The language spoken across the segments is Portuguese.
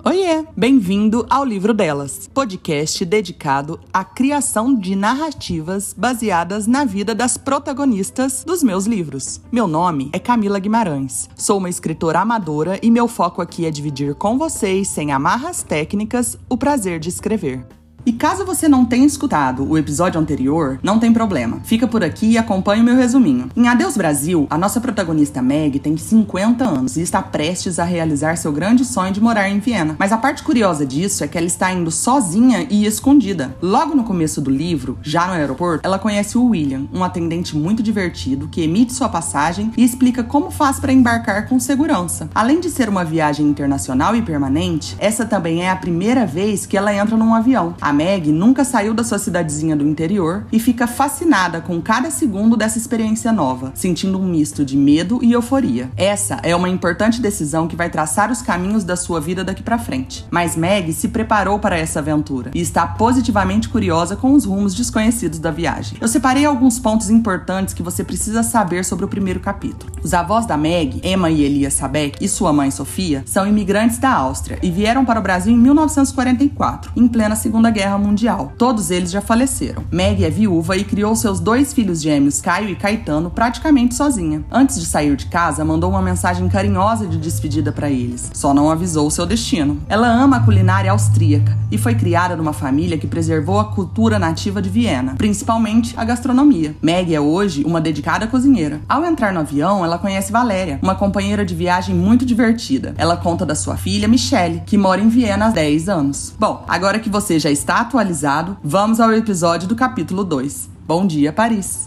Oiê! Bem-vindo ao Livro Delas, podcast dedicado à criação de narrativas baseadas na vida das protagonistas dos meus livros. Meu nome é Camila Guimarães, sou uma escritora amadora e meu foco aqui é dividir com vocês, sem amarras técnicas, o prazer de escrever. E caso você não tenha escutado o episódio anterior, não tem problema. Fica por aqui e acompanhe o meu resuminho. Em Adeus Brasil, a nossa protagonista Meg tem 50 anos e está prestes a realizar seu grande sonho de morar em Viena. Mas a parte curiosa disso é que ela está indo sozinha e escondida. Logo no começo do livro, já no aeroporto, ela conhece o William, um atendente muito divertido que emite sua passagem e explica como faz para embarcar com segurança. Além de ser uma viagem internacional e permanente, essa também é a primeira vez que ela entra num avião. A Meg nunca saiu da sua cidadezinha do interior e fica fascinada com cada segundo dessa experiência nova, sentindo um misto de medo e euforia. Essa é uma importante decisão que vai traçar os caminhos da sua vida daqui pra frente. Mas Meg se preparou para essa aventura e está positivamente curiosa com os rumos desconhecidos da viagem. Eu separei alguns pontos importantes que você precisa saber sobre o primeiro capítulo. Os avós da Meg, Emma e Elias Sabeck, e sua mãe Sofia, são imigrantes da Áustria e vieram para o Brasil em 1944, em plena Segunda Guerra Mundial. Todos eles já faleceram. Meg é viúva e criou seus 2 filhos gêmeos, Caio e Caetano, praticamente sozinha. Antes de sair de casa, mandou uma mensagem carinhosa de despedida para eles. Só não avisou o seu destino. Ela ama a culinária austríaca e foi criada numa família que preservou a cultura nativa de Viena, principalmente a gastronomia. Meg é hoje uma dedicada cozinheira. Ao entrar no avião, ela conhece Valéria, uma companheira de viagem muito divertida. Ela conta da sua filha, Michelle, que mora em Viena há 10 anos. Bom, agora que você já está atualizado, vamos ao episódio do capítulo 2. Bom dia, Paris!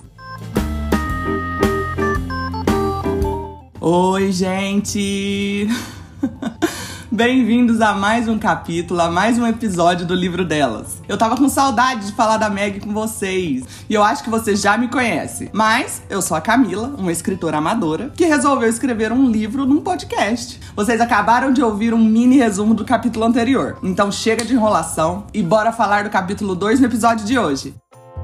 Oi, gente! Bem-vindos a mais um capítulo, a mais um episódio do Livro Delas. Eu tava com saudade de falar da Meg com vocês, e eu acho que você já me conhece. Mas eu sou a Camila, uma escritora amadora, que resolveu escrever um livro num podcast. Vocês acabaram de ouvir um mini resumo do capítulo anterior. Então chega de enrolação e bora falar do capítulo 2 no episódio de hoje.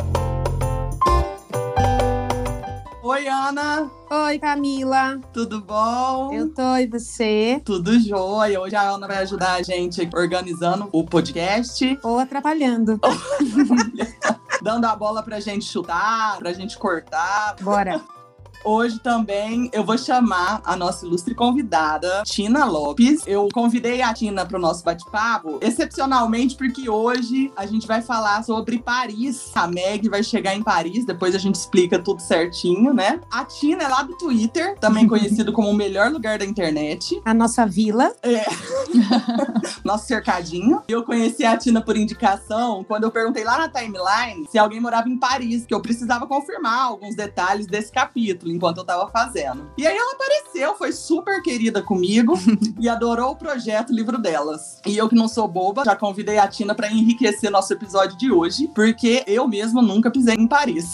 Oi, Ana! Oi, Camila. Tudo bom? Eu tô, e você? Tudo jóia. Hoje a Ana vai ajudar a gente organizando o podcast. Ou atrapalhando. Dando a bola pra gente chutar, pra gente cortar. Bora. Hoje também eu vou chamar a nossa ilustre convidada, Tina Lopes. Eu convidei a Tina para o nosso bate-papo, excepcionalmente porque hoje a gente vai falar sobre Paris. A Meg vai chegar em Paris, depois a gente explica tudo certinho, né? A Tina é lá do Twitter, também conhecido como o melhor lugar da internet. A nossa vila. É. Nosso cercadinho. Eu conheci a Tina por indicação quando eu perguntei lá na timeline se alguém morava em Paris, que eu precisava confirmar alguns detalhes desse capítulo enquanto eu tava fazendo. E aí ela apareceu, foi super querida comigo e adorou o projeto Livro Delas. E eu que não sou boba, já convidei a Tina pra enriquecer nosso episódio de hoje, porque eu mesma nunca pisei em Paris.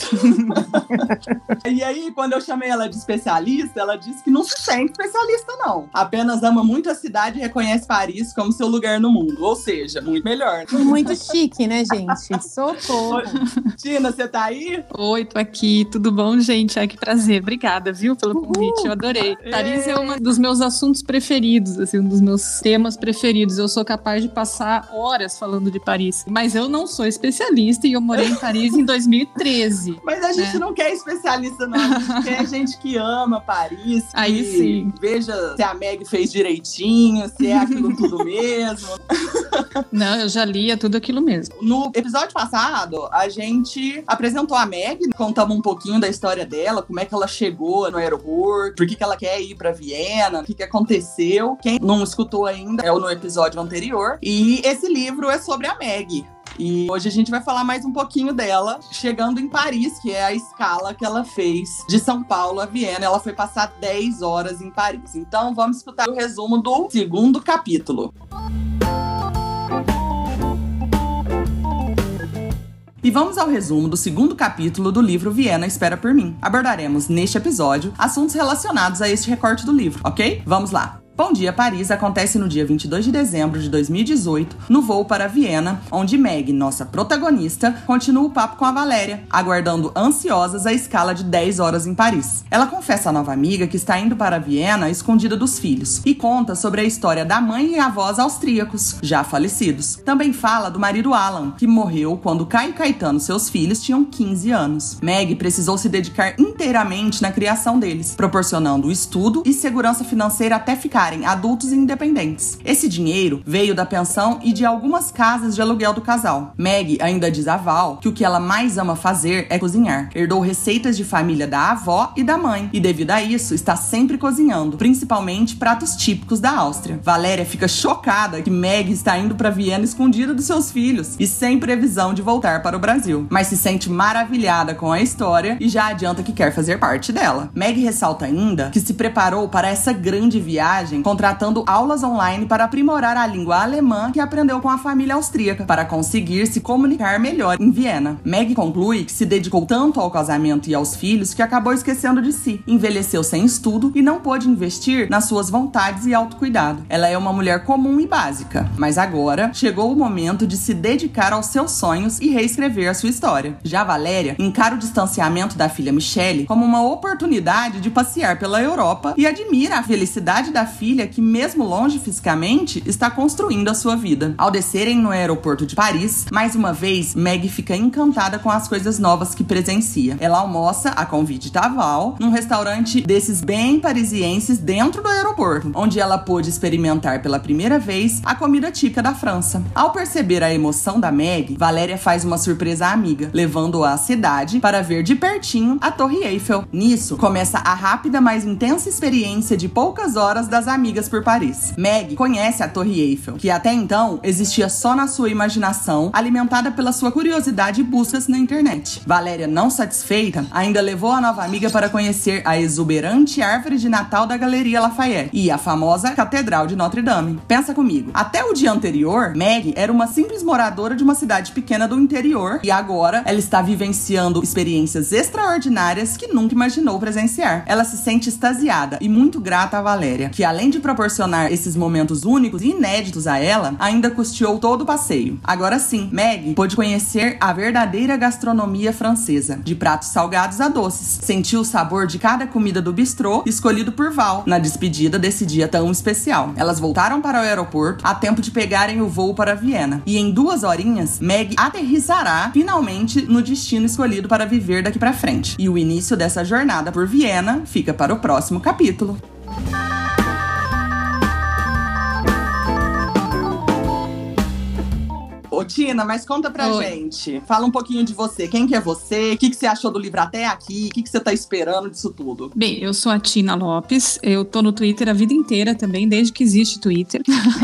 E aí, quando eu chamei ela de especialista, ela disse que não se sente especialista, não. Apenas ama muito a cidade e reconhece Paris como seu lugar no mundo. Ou seja, muito melhor. Muito chique, né, gente? Socorro. Tina, você tá aí? Oi, tô aqui. Tudo bom, gente? Ai, que prazer. Obrigada, viu, pelo convite. Eu adorei. Paris é um dos meus assuntos preferidos, assim, um dos meus temas preferidos. Eu sou capaz de passar horas falando de Paris. Mas eu não sou especialista e eu morei em Paris em 2013. Mas a gente não quer especialista, não. A gente quer gente que ama Paris, que aí sim, veja se a Meg fez direitinho, se é aquilo tudo mesmo. Não, eu já lia tudo aquilo mesmo. No episódio passado, a gente apresentou a Meg, contamos um pouquinho da história dela, como é que ela chegou no aeroporto, por que ela quer ir pra Viena, o que aconteceu. Quem não escutou ainda é no episódio anterior. E esse livro é sobre a Meg. E hoje a gente vai falar mais um pouquinho dela, chegando em Paris, que é a escala que ela fez de São Paulo a Viena. Ela foi passar 10 horas em Paris. Então vamos escutar o resumo do segundo capítulo. E vamos ao resumo do segundo capítulo do livro Viena Espera por Mim. Abordaremos neste episódio assuntos relacionados a este recorte do livro, ok? Vamos lá! Bom Dia Paris acontece no dia 22 de dezembro de 2018, no voo para Viena, onde Meg, nossa protagonista, continua o papo com a Valéria, aguardando ansiosas a escala de 10 horas em Paris. Ela confessa à nova amiga que está indo para Viena escondida dos filhos e conta sobre a história da mãe e avós austríacos, já falecidos. Também fala do marido Alan, que morreu quando Caio e Caetano, seus filhos, tinham 15 anos. Meg precisou se dedicar inteiramente na criação deles, proporcionando estudo e segurança financeira até ficarem adultos e independentes. Esse dinheiro veio da pensão e de algumas casas de aluguel do casal. Meg ainda diz a Val que o que ela mais ama fazer é cozinhar. Herdou receitas de família da avó e da mãe, e devido a isso, está sempre cozinhando, principalmente pratos típicos da Áustria. Valéria fica chocada que Meg está indo para Viena escondida dos seus filhos e sem previsão de voltar para o Brasil, mas se sente maravilhada com a história e já adianta que quer fazer parte dela. Meg ressalta ainda que se preparou para essa grande viagem contratando aulas online para aprimorar a língua alemã que aprendeu com a família austríaca para conseguir se comunicar melhor em Viena. Meg conclui que se dedicou tanto ao casamento e aos filhos que acabou esquecendo de si, envelheceu sem estudo e não pôde investir nas suas vontades e autocuidado. Ela é uma mulher comum e básica, mas agora chegou o momento de se dedicar aos seus sonhos e reescrever a sua história. Já Valéria encara o distanciamento da filha Michelle como uma oportunidade de passear pela Europa e admira a felicidade da filha que, mesmo longe fisicamente, está construindo a sua vida. Ao descerem no aeroporto de Paris, mais uma vez, Meg fica encantada com as coisas novas que presencia. Ela almoça, a convite da Val, num restaurante desses bem parisienses dentro do aeroporto, onde ela pôde experimentar pela primeira vez a comida típica da França. Ao perceber a emoção da Meg, Valéria faz uma surpresa à amiga, levando-a à cidade para ver de pertinho a Torre Eiffel. Nisso, começa a rápida, mas intensa experiência de poucas horas das amigas por Paris. Meg conhece a Torre Eiffel, que até então existia só na sua imaginação, alimentada pela sua curiosidade e buscas na internet. Valéria, não satisfeita, ainda levou a nova amiga para conhecer a exuberante árvore de Natal da Galeria Lafayette e a famosa Catedral de Notre Dame. Pensa comigo, até o dia anterior, Meg era uma simples moradora de uma cidade pequena do interior e agora ela está vivenciando experiências extraordinárias que nunca imaginou presenciar. Ela se sente extasiada e muito grata a Valéria, que além de proporcionar esses momentos únicos e inéditos a ela, ainda custeou todo o passeio. Agora sim, Meg pôde conhecer a verdadeira gastronomia francesa, de pratos salgados a doces. Sentiu o sabor de cada comida do bistrô escolhido por Val na despedida desse dia tão especial. Elas voltaram para o aeroporto a tempo de pegarem o voo para Viena. E em 2 horinhas, Meg aterrissará finalmente no destino escolhido para viver daqui para frente. E o início dessa jornada por Viena fica para o próximo capítulo. Ô, Tina, mas conta pra gente. Fala um pouquinho de você. Quem que é você? O que você achou do livro até aqui? O que você tá esperando disso tudo? Bem, eu sou a Tina Lopes. Eu tô no Twitter a vida inteira também, desde que existe Twitter.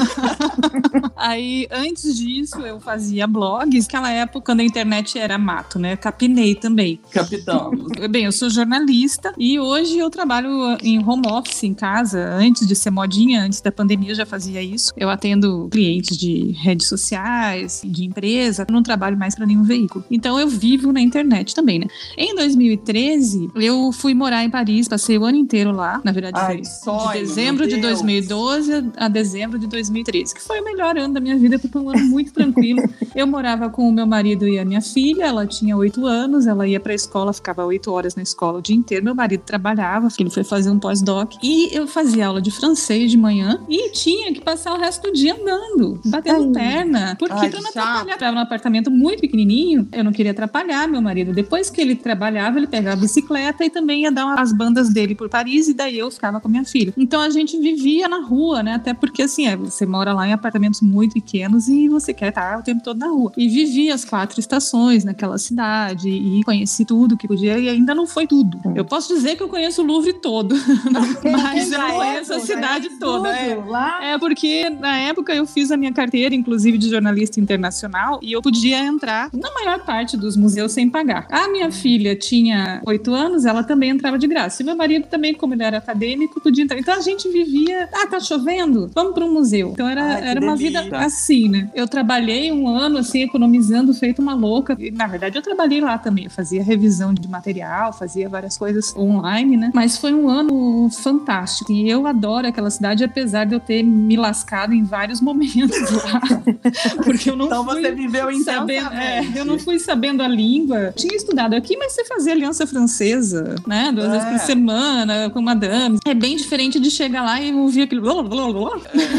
Aí, antes disso, eu fazia blogs. Naquela época, quando a internet era mato, né? Capinei também. Capitão. Bem, eu sou jornalista e hoje eu trabalho em home office, em casa. Antes de ser modinha, antes da pandemia, eu já fazia isso. Eu atendo clientes de redes sociais, de empresa, eu não trabalho mais para nenhum veículo. Então eu vivo na internet também, né? Em 2013, eu fui morar em Paris, passei o ano inteiro lá, na verdade foi de dezembro de 2012 a dezembro de 2013, que foi o melhor ano da minha vida, porque foi um ano muito tranquilo. Eu morava com o meu marido e a minha filha, ela tinha 8 anos, ela ia pra escola, ficava 8 horas na escola o dia inteiro, meu marido trabalhava, ele foi fazer um pós-doc, e eu fazia aula de francês de manhã, e tinha que passar o resto do dia andando, batendo perna, porque pra não atrapalhar. Eu estava num apartamento muito pequenininho, eu não queria atrapalhar meu marido. Depois que ele trabalhava, ele pegava a bicicleta e também ia dar as bandas dele por Paris, e daí eu ficava com a minha filha. Então a gente vivia na rua, né? Até porque assim, você mora lá em apartamentos muito pequenos e você quer estar o tempo todo na rua. E vivi as 4 estações naquela cidade e conheci tudo que podia, e ainda não foi tudo. Eu posso dizer que eu conheço o Louvre todo, mas eu não conheço a cidade toda. É porque na época eu fiz a minha carteira, inclusive de jornalista internacional, internacional e eu podia entrar na maior parte dos museus sem pagar. A minha filha tinha 8 anos, ela também entrava de graça. E meu marido também, como ele era acadêmico, podia entrar. Então a gente vivia, tá chovendo? Vamos para um museu. Então era uma vida assim, né? Eu trabalhei um ano, assim, economizando, feito uma louca. E, na verdade, eu trabalhei lá também. Eu fazia revisão de material, fazia várias coisas online, né? Mas foi um ano fantástico. E eu adoro aquela cidade, apesar de eu ter me lascado em vários momentos lá. Porque eu não então fui você viveu sabendo, eu não fui sabendo a língua. Tinha estudado aqui, mas você fazia aliança francesa, né? 2 vezes por semana, com madame. É bem diferente de chegar lá e ouvir aquele blá, blá, blá,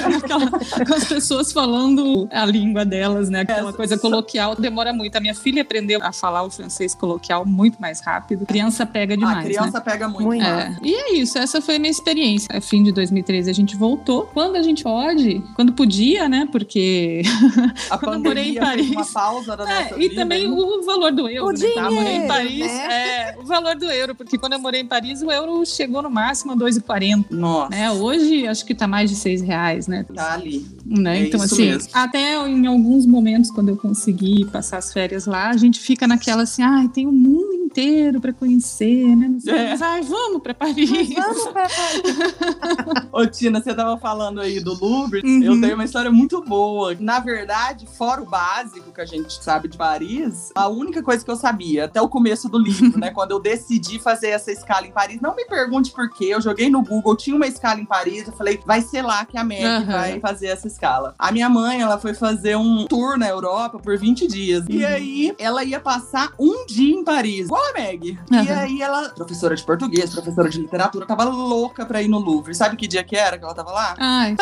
com as pessoas falando a língua delas, né? Aquela coisa coloquial demora muito. A minha filha aprendeu a falar o francês coloquial muito mais rápido. A criança pega demais, a criança, né? pega muito mais. E é isso, essa foi a minha experiência. A fim de 2013 a gente voltou. Quando a gente pode, quando podia, né? Porque quando eu morei em Paris... uma pausa da nossa vida. E também o valor do euro, né? Tá? Morei em Paris, né? o valor do euro, porque quando eu morei em Paris, o euro chegou no máximo a 2,40. Nossa. Né? Hoje, acho que tá mais de R$6, né? Tá ali. Né? Então, assim, mesmo. até em alguns momentos, quando eu consegui passar as férias lá, a gente fica naquela assim, tem o mundo inteiro pra conhecer, né? Mas, vamos pra Paris. Vamos pra Paris. Ô, Tina, você tava falando aí do Louvre, eu tenho uma história muito boa. Na verdade, fora o básico que a gente sabe de Paris, a única coisa que eu sabia, até o começo do livro, né? Quando eu decidi fazer essa escala em Paris, não me pergunte por quê, eu joguei no Google, tinha uma escala em Paris, eu falei, vai ser lá que a Meg vai fazer essa escala. A minha mãe, ela foi fazer um tour na Europa por 20 dias. E aí, ela ia passar um dia em Paris, igual a Meg. E aí, ela, professora de português, professora de literatura, tava louca pra ir no Louvre. Sabe que dia que era que ela tava lá?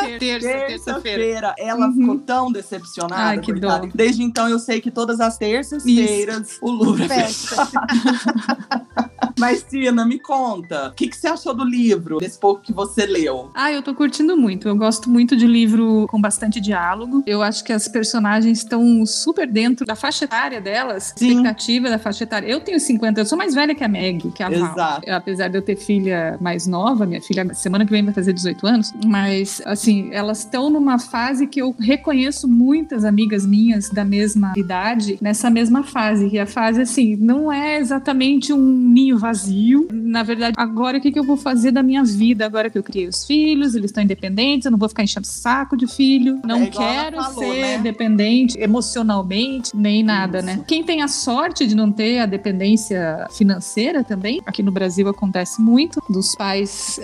Terça-feira. Ela ficou tão decepcionada. Que dó. Desde então, eu sei que todas as terças-feiras o Louvre fecha. Mas, Tina, me conta, o que você achou do livro, desse pouco que você leu? Eu tô curtindo muito. Eu gosto muito de livro com bastante diálogo. Eu acho que as personagens estão super dentro da faixa etária delas, expectativa da faixa etária. Eu tenho 50, eu sou mais velha que a Meg, que a Val. Exato. Apesar de eu ter filha mais nova, minha filha semana que vem vai fazer 18 anos, mas, assim, elas estão numa fase que eu reconheço muitas amigas minhas da mesma idade nessa mesma fase. E a fase, assim, não é exatamente um ninho vazio. Na verdade, agora o que eu vou fazer da minha vida? Agora que eu criei os filhos, eles estão independentes, eu não vou ficar enchendo o saco de filho, não quero ser dependente emocionalmente, nem nada, né? Quem tem a sorte de não ter a dependência financeira também, aqui no Brasil acontece muito, dos pais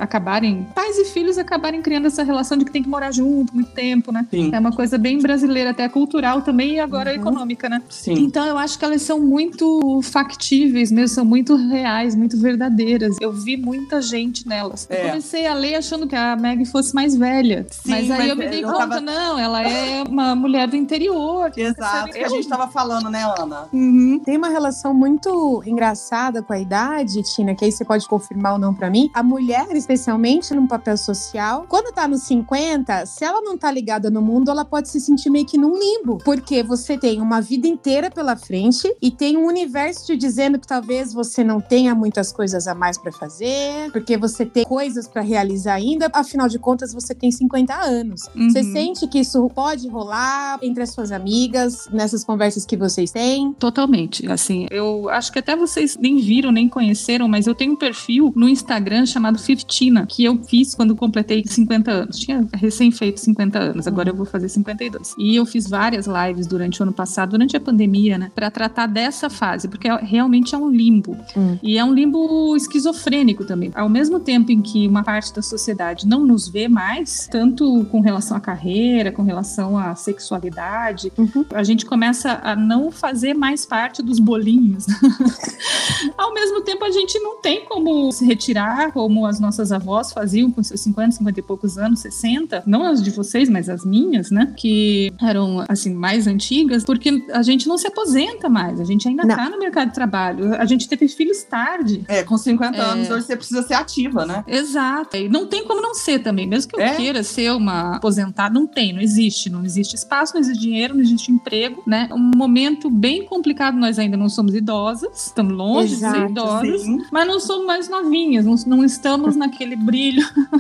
e filhos acabarem criando essa relação de que tem que morar junto muito tempo, né? Sim. É uma coisa bem brasileira, até cultural também, e agora econômica, né? Sim. Então eu acho que elas são muito factíveis mesmo, são muito reais, muito verdadeiras. Eu vi muita gente nelas. Eu comecei a ler achando que a Meg fosse mais velha. Sim, mas aí eu me dei conta, não, ela é uma mulher do interior. Exato, que a gente tava falando, né, Ana? Tem uma relação muito engraçada com a idade, Tina, que aí você pode confirmar ou não pra mim. A mulher, especialmente num papel social, quando tá nos 50, se ela não tá ligada no mundo, ela pode se sentir meio que num limbo. Porque você tem uma vida inteira pela frente e tem um universo te dizendo que talvez você não tenha muitas coisas a mais pra fazer, porque você tem coisas pra realizar ainda. Afinal de contas, você tem 50 anos. Você sente que isso pode rolar entre as suas amigas, nessas conversas que vocês têm? Totalmente. Assim, eu acho que até vocês nem viram, nem conheceram, mas eu tenho um perfil no Instagram chamado Fiftina, que eu fiz quando completei 50 anos. Tinha recém feito 50 anos, agora eu vou fazer 52. E eu fiz várias lives durante o ano passado, durante a pandemia, né, pra tratar dessa fase, porque realmente é um limbo. E é um limbo esquizofrênico também. Ao mesmo tempo em que uma parte da sociedade não nos vê mais, tanto com relação à carreira, com relação à sexualidade, a gente começa a não fazer mais parte dos bolinhos. Ao mesmo tempo, a gente não tem como se retirar, como as nossas avós faziam com seus 50, 50 e poucos anos, 60, não as de vocês, mas as minhas, né, que eram, assim, mais antigas, porque a gente não se aposenta mais, a gente ainda tá no mercado de trabalho, a gente teve filhos tarde, tarde. Com 50 anos hoje você precisa ser ativa, né? Exato. E não tem como não ser também. Mesmo que eu queira ser uma aposentada, não existe. Não existe espaço, não existe dinheiro, não existe emprego, né? Um momento bem complicado. Nós ainda não somos idosas, estamos longe de ser idosas, mas não somos mais novinhas, não estamos naquele brilho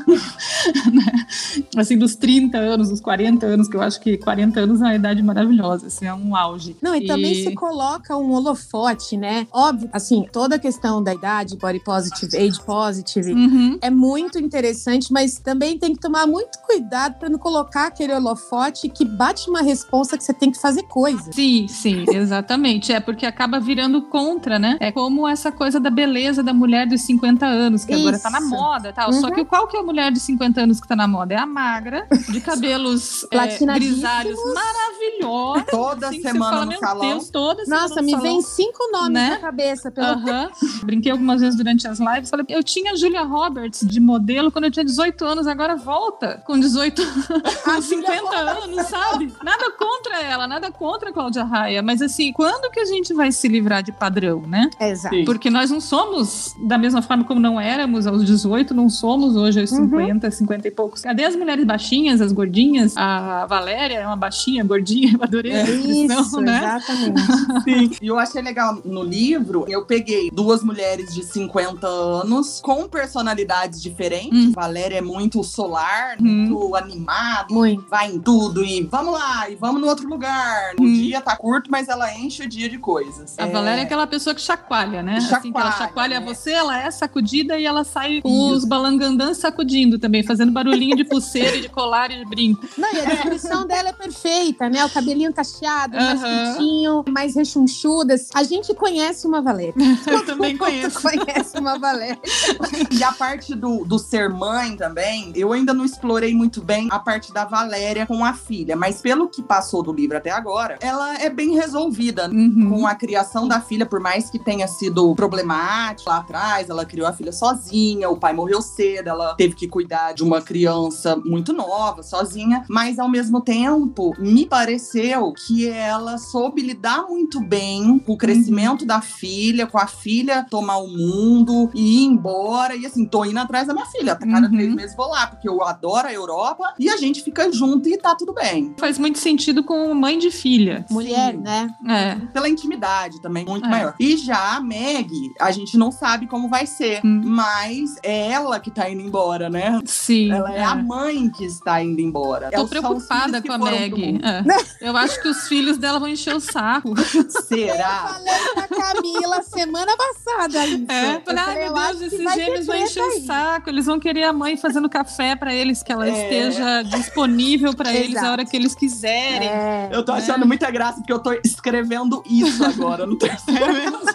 né? Assim, dos 30 anos, dos 40 anos, que eu acho que 40 anos é uma idade maravilhosa, assim, é um auge. Não, e também se coloca um holofote, né? Óbvio, assim, toda a questão da idade, body positive, age positive, é muito interessante, mas também tem que tomar muito cuidado para não colocar aquele holofote que bate uma responsa que você tem que fazer coisa. Sim, exatamente. Porque acaba virando contra, né? É como essa coisa da beleza da mulher dos 50 anos, que agora tá na moda e tal. Só que qual que é a mulher de 50 anos que tá na moda? É a magra, de cabelos grisalhos maravilhosos. Toda assim, semana fala, no salão. Deus, toda semana Nossa, no me salão. vem 5 nomes na cabeça. Brinquei algumas vezes durante as lives. Falei, eu tinha Julia Roberts de modelo quando eu tinha 18 anos, agora volta com 18 com 50 anos, sabe? Nada contra ela, nada contra a Cláudia Raia, mas assim, quando que a gente vai se livrar de padrão, né? Exato. Porque nós não somos da mesma forma como não éramos aos 18, não somos hoje aos 50, 50 e poucos. Cadê as mulheres baixinhas, as gordinhas? A Valéria é uma baixinha, gordinha, eu adorei a descrição, né? Exatamente. Sim, e eu achei legal no livro, eu peguei 2 mulheres de 50 anos com personalidades diferentes. Valéria é muito solar, muito animada, vai em tudo e vamos lá, e vamos no outro lugar. O dia tá curto, mas ela enche o dia de coisas. A Valéria é aquela pessoa que chacoalha, né? Chacoalha, assim, que ela chacoalha você, ela é sacudida e ela sai com os balangandãs sacudindo também, fazendo barulhinho de pulseira e de colar e de brinco. Não, e a descrição dela é perfeita, né? O cabelinho cacheado, mais curtinho, mais rechonchudas. A gente conhece uma Valéria. Eu também conheço. Conhece uma Valéria. E a parte do ser mãe também, eu ainda não explorei muito bem a parte da Valéria com a filha, mas pelo que passou do livro até agora, ela é bem resolvida com a criação da filha, por mais que tenha sido problemática lá atrás, ela criou a filha sozinha, o pai morreu cedo, ela teve que cuidar de uma criança muito nova, sozinha, mas ao mesmo tempo, me pareceu que ela soube lidar muito bem com o crescimento da filha, com a filha tomar o mundo e ir embora, e assim, tô indo atrás da minha filha, a cada 3 meses vou lá, porque eu adoro a Europa, e a gente fica junto e tá tudo bem. Faz muito sentido com mãe de filha. Mulher, Sim. né? Pela intimidade também, muito maior. E já a Maggie, a gente não sabe como vai ser, mas é ela que tá indo embora, né? Sim. Ela é a mãe que está indo embora. Tô preocupada com a Maggie. Eu acho que os filhos dela vão encher o saco. Será? Eu falei pra Camila semana passada isso. Ai, meu Deus, esses gêmeos vão encher o saco. Eles vão querer a mãe fazendo café pra eles, que ela esteja disponível pra eles a hora que eles quiserem. Eu tô achando muita graça, porque eu tô escrevendo isso agora no terceiro.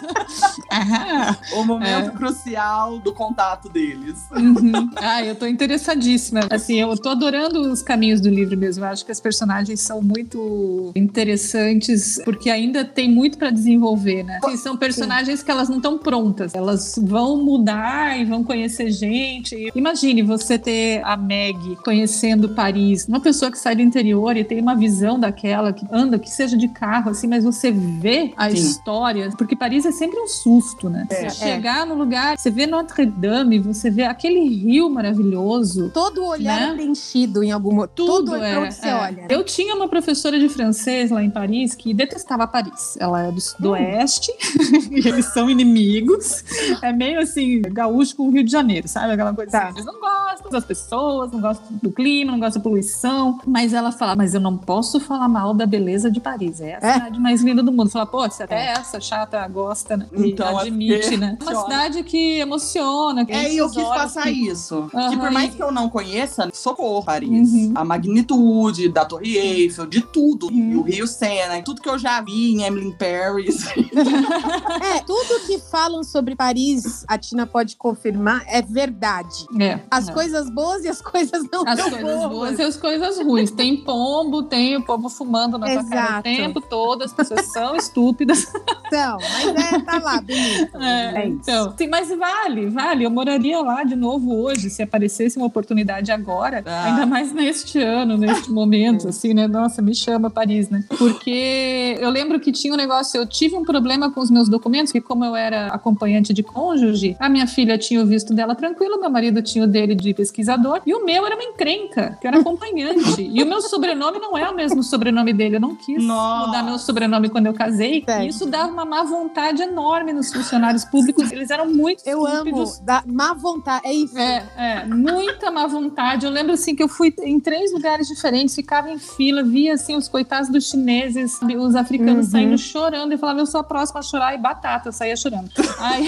O momento crucial do contato deles. Eu tô interessadíssima. Assim, eu tô adorando os caminhos do livro mesmo. Eu acho que as personagens são muito interessantes, porque ainda tem muito pra desenvolver, né? Assim, são personagens que elas não estão prontas. Elas vão mudar e vão conhecer gente. Imagine você ter a Maggie conhecendo Paris. Uma pessoa que sai do interior e tem uma visão daquela, que anda, que seja de carro, assim, mas você vê a história, porque Paris é sempre um susto, né? Chegar no lugar, você vê Notre Dame, você vê aquele rio maravilhoso. Todo olhar é preenchido em algum... Tudo pra onde você olha. Eu tinha uma professora de francês lá em Paris que detestava Paris. Ela é do oeste e eles são inimigos. É meio assim, gaúcho com o Rio de Janeiro, sabe? Aquela coisa assim. Eles não gostam das pessoas, não gostam do clima, não gostam da poluição. Mas ela fala, mas eu não posso falar mal da beleza de Paris. É a cidade mais linda do mundo. Fala, pô, se até essa chata gosta, né? Então, admite, né? É uma cidade que emociona. Que eu quis passar isso. Que por mais que eu não conheça, socorro Paris. A magnitude da Torre Eiffel, de tudo. E o Rio Sena, e tudo que eu já vi em Emily in Paris. Tudo que falam sobre Paris, a Tina pode confirmar, é verdade. As coisas boas e as coisas não as tão coisas boas. boas e as coisas ruins. Tem pombo, tem o povo fumando na tua cara o tempo todo, as pessoas são estúpidas. Então, mas tá lá, bonito. Então, sim, mas vale. Eu moraria lá de novo hoje, se aparecesse uma oportunidade agora, ainda mais neste ano, neste momento, assim, né? Nossa, me chama Paris, né? Porque eu lembro que tinha um negócio, eu tive um problema com os meus documentos, que como eu era acompanhante de cônjuge, a minha filha tinha o visto dela tranquilo, meu marido tinha o dele de pesquisador, e o meu era uma encrenca, que eu era acompanhante. E o meu sobrenome não é o mesmo sobrenome dele, eu não quis mudar meu sobrenome quando eu casei. E isso dava uma má vontade enorme nos funcionários públicos, eles eram muito estúpidos. Amo, da má vontade, é isso. Muita má vontade. Eu lembro assim que eu fui em 3 lugares diferentes, ficava em fila, via assim os coitados dos chineses, os africanos saindo chorando, e falava, eu sou a próxima a chorar, e batata, eu saía chorando. Aí,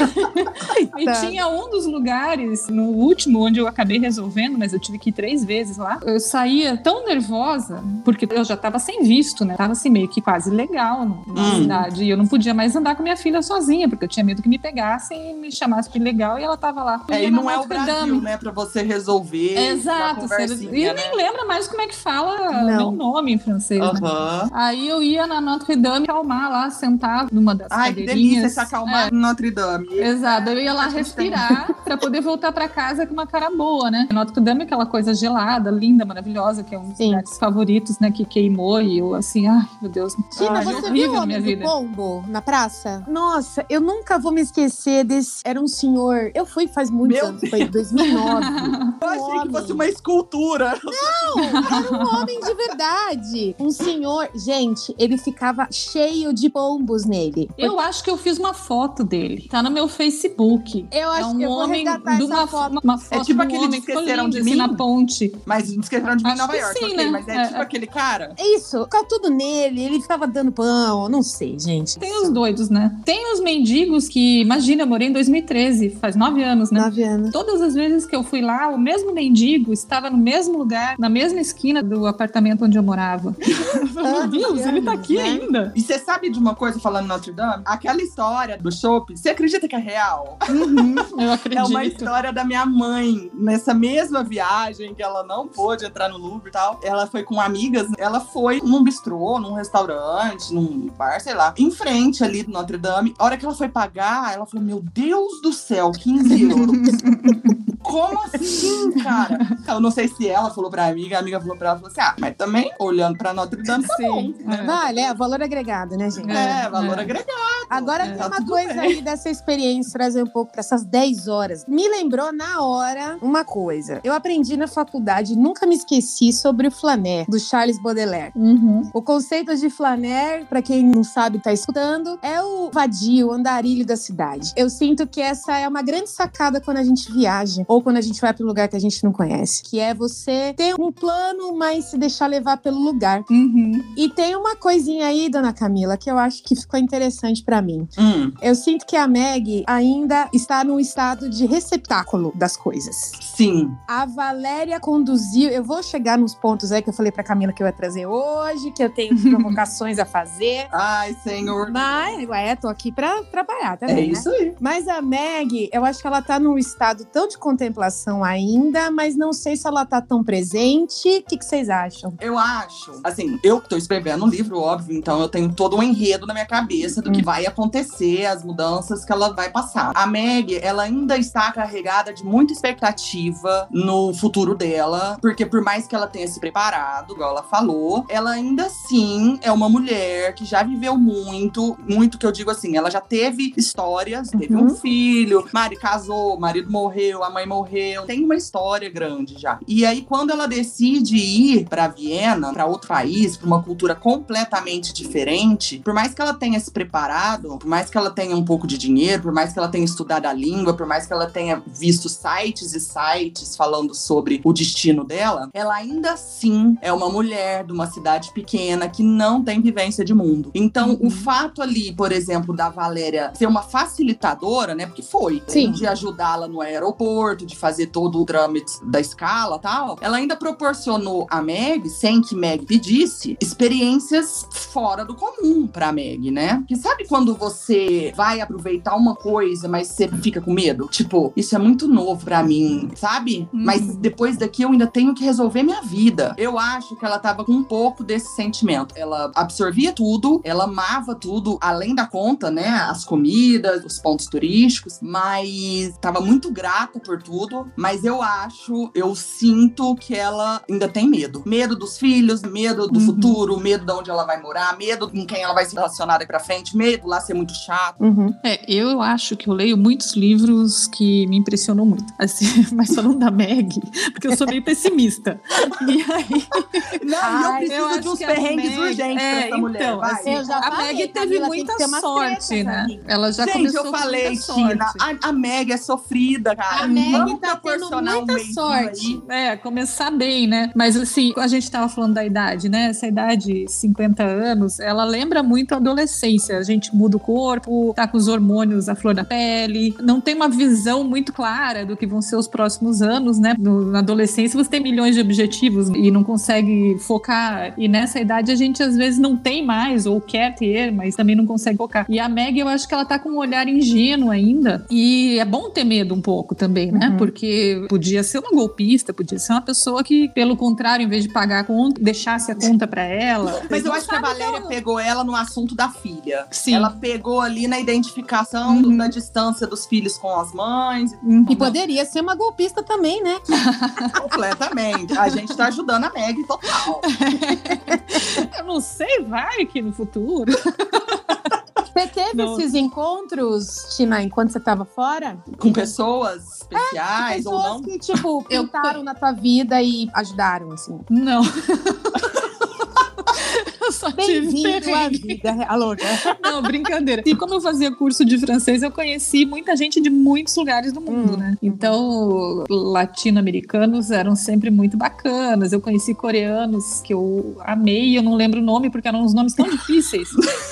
e tinha um dos lugares, no último, onde eu acabei resolvendo, mas eu tive que ir 3 vezes lá, eu saía tão nervosa, porque eu já tava sem visto, né? Tava assim meio que quase legal na cidade, e eu não podia mais andar com minha filha sozinha, porque eu tinha medo que me pegassem e me chamassem de ilegal, e ela tava lá. E não é o Brasil, né? Pra você resolver. Exato. E eu nem lembro mais como é que fala meu nome em francês, né? Aí eu ia na Notre Dame acalmar lá, sentar numa das cadeirinhas. Que delícia se acalmar em Notre Dame. Exato. Eu ia lá respirar pra poder voltar pra casa com uma cara boa, né? Notre Dame é aquela coisa gelada, linda, maravilhosa, que é um dos lugares favoritos, né? Que queimou, e eu assim, ai, meu Deus. Tina, você viu o homem do pombo na praça? Nossa, eu nunca vou me esquecer desse... Era um senhor... Eu fui faz muitos anos, foi em 2009. Eu achei que fosse uma escultura. Não, era um homem de verdade. Um senhor... Gente, ele ficava cheio de pombos nele. Eu acho que eu fiz uma foto dele. Tá no meu Facebook. Eu acho que eu vou resgatar essa foto. Uma foto é tipo aquele que esqueceram de mim? Na ponte. Mas esqueceram de mim em Nova York, sim, né? Mas é tipo aquele cara? Isso, ficava tudo nele. Ele ficava dando pão, não sei, gente. Tem os doidos, né? Tem os mendigos que... Imagina, eu morei em 2013, faz 9 anos, né? 9 anos. Todas as vezes que eu fui lá, o mesmo mendigo estava no mesmo lugar, na mesma esquina do apartamento onde eu morava. Meu Deus, ele tá aqui ainda. E você sabe de uma coisa falando Notre Dame? Aquela história do shopping, você acredita que é real? Eu acredito. É uma história da minha mãe. Nessa mesma viagem que ela não pôde entrar no Louvre e tal, ela foi com amigas, ela foi num bistrô, num restaurante, num bar, sei lá, em frente ali do Notre Dame. A hora que ela foi pagar, ela falou, meu Deus do céu, 15 euros. Como assim, cara? Eu não sei se ela falou pra amiga, a amiga falou pra ela, falou assim, mas também, olhando pra Notre Dame, tá bom, né? Vale, valor agregado, né, gente? Valor agregado. Agora tem uma coisa aí dessa experiência, trazer um pouco pra essas 10 horas. Me lembrou na hora uma coisa. Eu aprendi na faculdade, nunca me esqueci, sobre o flaner, do Charles Baudelaire. O conceito de flaner, pra quem não sabe, tá escutando, é o vadio, o andarilho da cidade. Eu sinto que essa é uma grande sacada quando a gente viaja, ou quando a gente vai pra um lugar que a gente não conhece, que é você ter um plano, mas se deixar levar pelo lugar. E tem uma coisinha aí, dona Camila, que eu acho que ficou interessante pra mim. Eu sinto que a Meg ainda está num estado de receptáculo das coisas. Sim. A Valéria conduziu... Eu vou chegar nos pontos aí que eu falei pra Camila que eu ia trazer hoje, que eu tenho provocações a fazer. Ai, senhor. Mas, tô aqui pra trabalhar também, né? Isso aí. Mas a Meg, eu acho que ela tá num estado tão de contemplação ainda, mas não sei se ela tá tão presente. O que vocês acham? Eu acho, assim, eu tô escrevendo um livro, óbvio, então eu tenho todo um enredo na minha cabeça do que vai acontecer, as mudanças que ela vai passar. A Meg, ela ainda está carregada de muita expectativa no futuro dela, porque por mais que ela tenha se preparado, igual ela falou, ela ainda assim é uma mulher que já viveu muito que eu digo assim, ela já teve histórias, teve um filho, Mari casou, o marido morreu, a mãe morreu, tem uma história grande já. E aí, quando ela decide ir pra Viena, pra outro país, pra uma cultura completamente diferente, por mais que ela tenha se preparado, por mais que ela tenha um pouco de dinheiro, por mais que ela tenha estudado a língua, por mais que ela tenha visto sites e sites falando sobre o destino dela, ela ainda assim é uma mulher de uma cidade pequena que não tem vivência de mundo. Então, o fato ali, por exemplo, da Valéria ser uma facilitadora, né, porque foi, de ajudá-la no aeroporto, de fazer todo o trâmite da escala e tal, ela ainda proporcionou a Meg, sem que Meg pedisse, experiências fora do comum pra Meg, né? Porque sabe quando você vai aproveitar uma coisa, mas você fica com medo? Tipo, isso é muito novo pra mim, sabe? Mas depois daqui eu ainda tenho que resolver minha vida. Eu acho que ela tava com um pouco desse sentimento. Ela absorvia tudo, ela amava tudo, além da conta, né? As comidas, os pontos turísticos, mas tava muito grata por tudo tudo, mas eu sinto que ela ainda tem medo. Medo dos filhos, medo do futuro, medo de onde ela vai morar, medo com quem ela vai se relacionar daqui pra frente, medo lá ser muito chato. Eu acho que eu leio muitos livros que me impressionam muito. Assim, mas falando da Meg, porque eu sou meio pessimista. E aí... Não, eu preciso de uns perrengues urgentes pra essa mulher. Então, assim, a Meg teve muita sorte, né? Ela já começou eu falei, Tina, a Meg é sofrida, cara. A Meg tá tendo muita sorte. Começar bem, né? Mas assim, a gente tava falando da idade, né? Essa idade, 50 anos, ela lembra muito a adolescência. A gente muda o corpo, tá com os hormônios à flor da pele, não tem uma visão muito clara do que vão ser os próximos anos, né? Na adolescência você tem milhões de objetivos e não consegue focar. E nessa idade a gente às vezes não tem mais, ou quer ter, mas também não consegue focar. E a Meg, eu acho que ela tá com um olhar ingênuo ainda. E é bom ter medo um pouco também, né? Porque podia ser uma golpista, podia ser uma pessoa que, pelo contrário, em vez de pagar a conta, deixasse a conta pra ela. Mas eu acho que a Valéria pegou ela no assunto da filha. Sim. Ela pegou ali na identificação da distância dos filhos com as mães. E poderia ser uma golpista também, né? Completamente. A gente tá ajudando a Meg total. Eu não sei, vai que no futuro... Você teve esses encontros, Tina, enquanto você tava fora? Com pessoas especiais ou não? Que, tipo, entraram na tua vida e ajudaram, assim. Não. Eu só tive a vida louca. Não, brincadeira. E como eu fazia curso de francês, eu conheci muita gente de muitos lugares do mundo, né? Então, latino-americanos eram sempre muito bacanas. Eu conheci coreanos que eu amei. Eu não lembro o nome, porque eram uns nomes tão difíceis.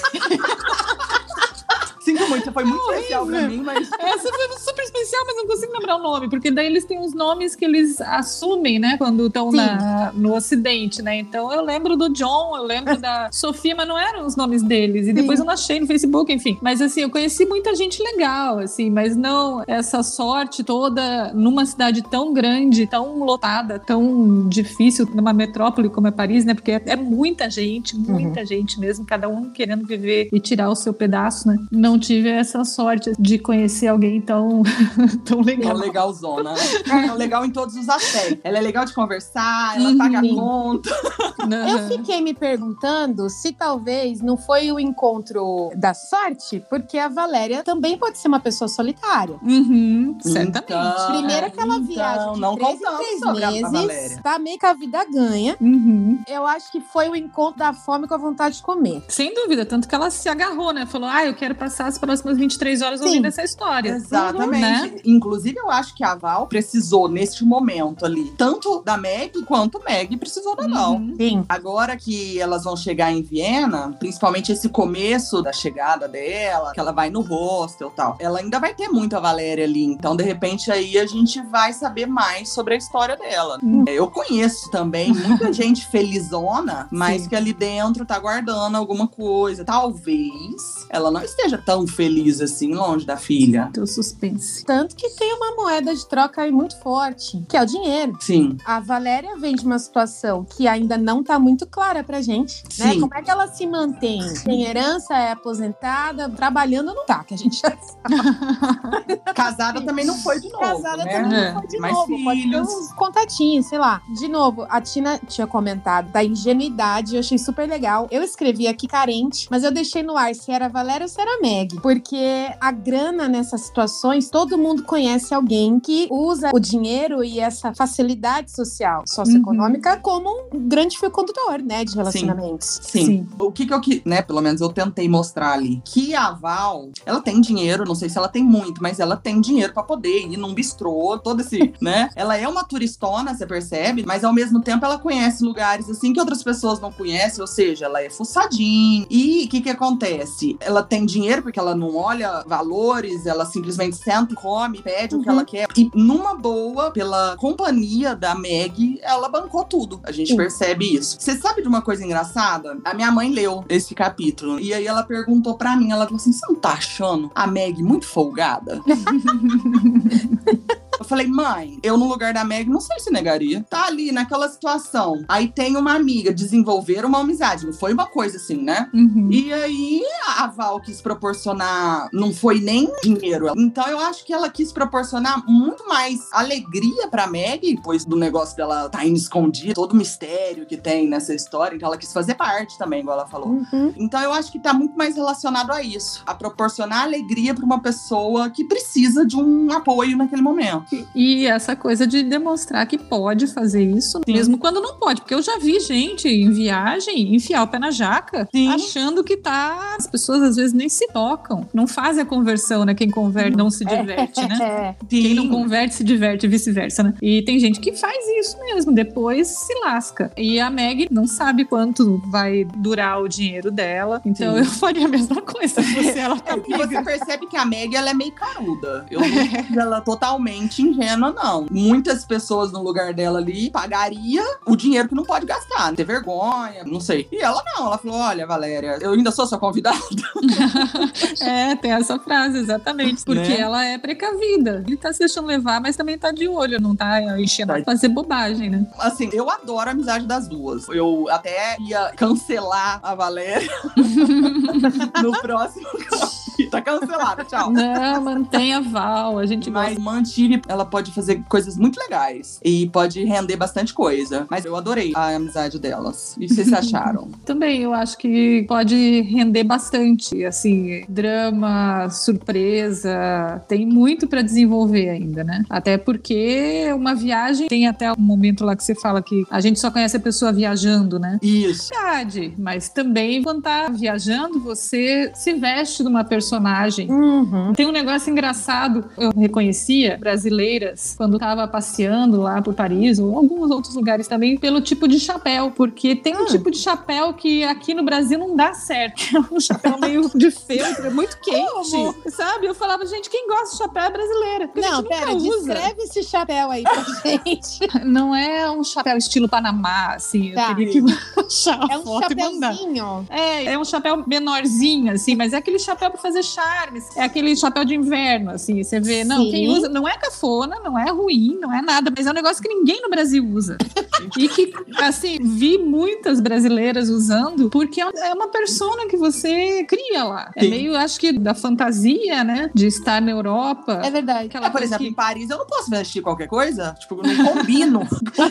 Sinto muito, foi muito especial pra mim, mas... Essa foi super especial, mas não consigo lembrar o nome, porque daí eles têm os nomes que eles assumem, né, quando estão no Ocidente, né? Então eu lembro do John, eu lembro da Sofia, mas não eram os nomes deles. E depois eu não achei no Facebook, enfim. Mas assim, eu conheci muita gente legal, assim, mas não essa sorte toda numa cidade tão grande, tão lotada, tão difícil, numa metrópole como é Paris, né? Porque é muita gente mesmo, cada um querendo viver e tirar o seu pedaço, né? Não tive essa sorte de conhecer alguém tão legal. Tão legalzona. É legal em todos os aspectos. Ela é legal de conversar, ela paga a conta. Eu fiquei me perguntando se talvez não foi o encontro da sorte, porque a Valéria também pode ser uma pessoa solitária. Certamente. Então, primeiro aquela viagem de não 3 em 3 meses, tá meio que a vida ganha. Eu acho que foi o encontro da fome com a vontade de comer. Sem dúvida, tanto que ela se agarrou, né? Falou, eu quero passar as próximas 23 horas ouvindo essa história. Exatamente. Né? Inclusive, eu acho que a Val precisou, neste momento ali, tanto da Meg, quanto Meg precisou da Val. Sim. Agora que elas vão chegar em Viena, principalmente esse começo da chegada dela, que ela vai no hostel e tal, ela ainda vai ter muito a Valéria ali. Então, de repente, aí a gente vai saber mais sobre a história dela. Eu conheço também muita gente felizona, mas que ali dentro tá guardando alguma coisa. Talvez ela não esteja tão feliz assim, longe da filha. Teu suspense. Tanto que tem uma moeda de troca aí muito forte, que é o dinheiro. Sim. A Valéria vem de uma situação que ainda não tá muito clara pra gente, né? Como é que ela se mantém? Tem herança, é aposentada, trabalhando não tá, que a gente já sabe. Casada também não foi de novo, Casada né? também não foi de Mais novo. filhos. Pode ter uns contatinhos, sei lá. De novo, a Tina tinha comentado da ingenuidade, eu achei super legal. Eu escrevi aqui carente, mas eu deixei no ar se era a Valéria ou se era a Meg. Porque a grana nessas situações, todo mundo conhece alguém que usa o dinheiro e essa facilidade social, socioeconômica, como um grande fio condutor, né, de relacionamentos. Sim. O que eu, né, pelo menos eu tentei mostrar ali, que a Val, ela tem dinheiro, não sei se ela tem muito, mas ela tem dinheiro pra poder ir num bistrô, todo esse, né? Ela é uma turistona, você percebe, mas ao mesmo tempo ela conhece lugares assim que outras pessoas não conhecem, ou seja, ela é fuçadinha. E o que acontece? Ela tem dinheiro porque ela não olha valores, ela simplesmente senta e come, pede o que ela quer. E numa boa, pela companhia da Meg, ela bancou tudo. A gente percebe isso. Você sabe de uma coisa engraçada? A minha mãe leu esse capítulo. E aí ela perguntou pra mim, ela falou assim, você não tá achando a Meg muito folgada? Eu falei, mãe, eu no lugar da Meg não sei se negaria. Tá ali naquela situação. Aí tem uma amiga, desenvolver uma amizade. Não foi uma coisa assim, né? E aí a Val quis proporcionar, não foi nem dinheiro. Então eu acho que ela quis proporcionar muito mais alegria pra Meg, depois do negócio dela tá indo escondida, todo o mistério que tem nessa história. Então ela quis fazer parte também, igual ela falou. Então eu acho que tá muito mais relacionado a isso. A proporcionar alegria pra uma pessoa que precisa de um apoio naquele momento. E essa coisa de demonstrar que pode fazer isso, mesmo quando não pode. Porque eu já vi gente em viagem enfiar o pé na jaca, achando que tá... As pessoas às vezes nem se tocam. Não fazem a conversão, né? Quem converte não se diverte, né? Quem não converte se diverte e vice-versa, né? E tem gente que faz isso mesmo, depois se lasca. E a Meg não sabe quanto vai durar o dinheiro dela, então eu faria a mesma coisa se fosse ela. E você percebe que a Meg, ela é meio caruda. Eu não vejo ela totalmente ingênua, não. Muitas pessoas no lugar dela ali pagaria o dinheiro que não pode gastar, não ter vergonha, não sei. E ela não, ela falou, olha, Valéria, eu ainda sou sua convidada. Tem essa frase, exatamente. Porque ela é precavida. Ele tá se deixando levar, mas também tá de olho, não tá enchendo a fazer bobagem, né? Assim, eu adoro a amizade das duas. Eu até ia cancelar a Valéria no próximo capítulo. Tá cancelada, tchau. Não, mantenha a Val, a gente Mas mantive, ela pode fazer coisas muito legais e pode render bastante coisa. Mas eu adorei a amizade delas. E o que vocês acharam? Também, eu acho que pode render bastante, assim, drama, surpresa, tem muito pra desenvolver ainda, né? Até porque uma viagem, tem até um momento lá que você fala que a gente só conhece a pessoa viajando, né? Isso. Verdade, mas também quando tá viajando, você se veste de uma personagem. Tem um negócio engraçado, eu reconhecia brasileiras quando tava passeando lá por Paris ou alguns outros lugares também, pelo tipo de chapéu, porque tem um tipo de chapéu que aqui no Brasil não dá certo, é um chapéu meio de feltro, é muito quente, sabe? Eu falava, gente, quem gosta de chapéu é brasileira. Não, pera, descreve esse chapéu aí pra gente. Não é um chapéu estilo Panamá, assim, eu teria que achar é um foto chapéuzinho. É um chapéu menorzinho, assim, mas é aquele chapéu pra fazer charmes, é aquele chapéu de inverno, assim, você vê, não, quem usa, não é cafona, não é ruim, não é nada, mas é um negócio que ninguém no Brasil usa. E que, assim, vi muitas brasileiras usando, porque é uma persona que você cria lá. É meio, acho que, da fantasia, né, de estar na Europa. É verdade. Por exemplo, em Paris eu não posso vestir qualquer coisa, tipo, eu não combino.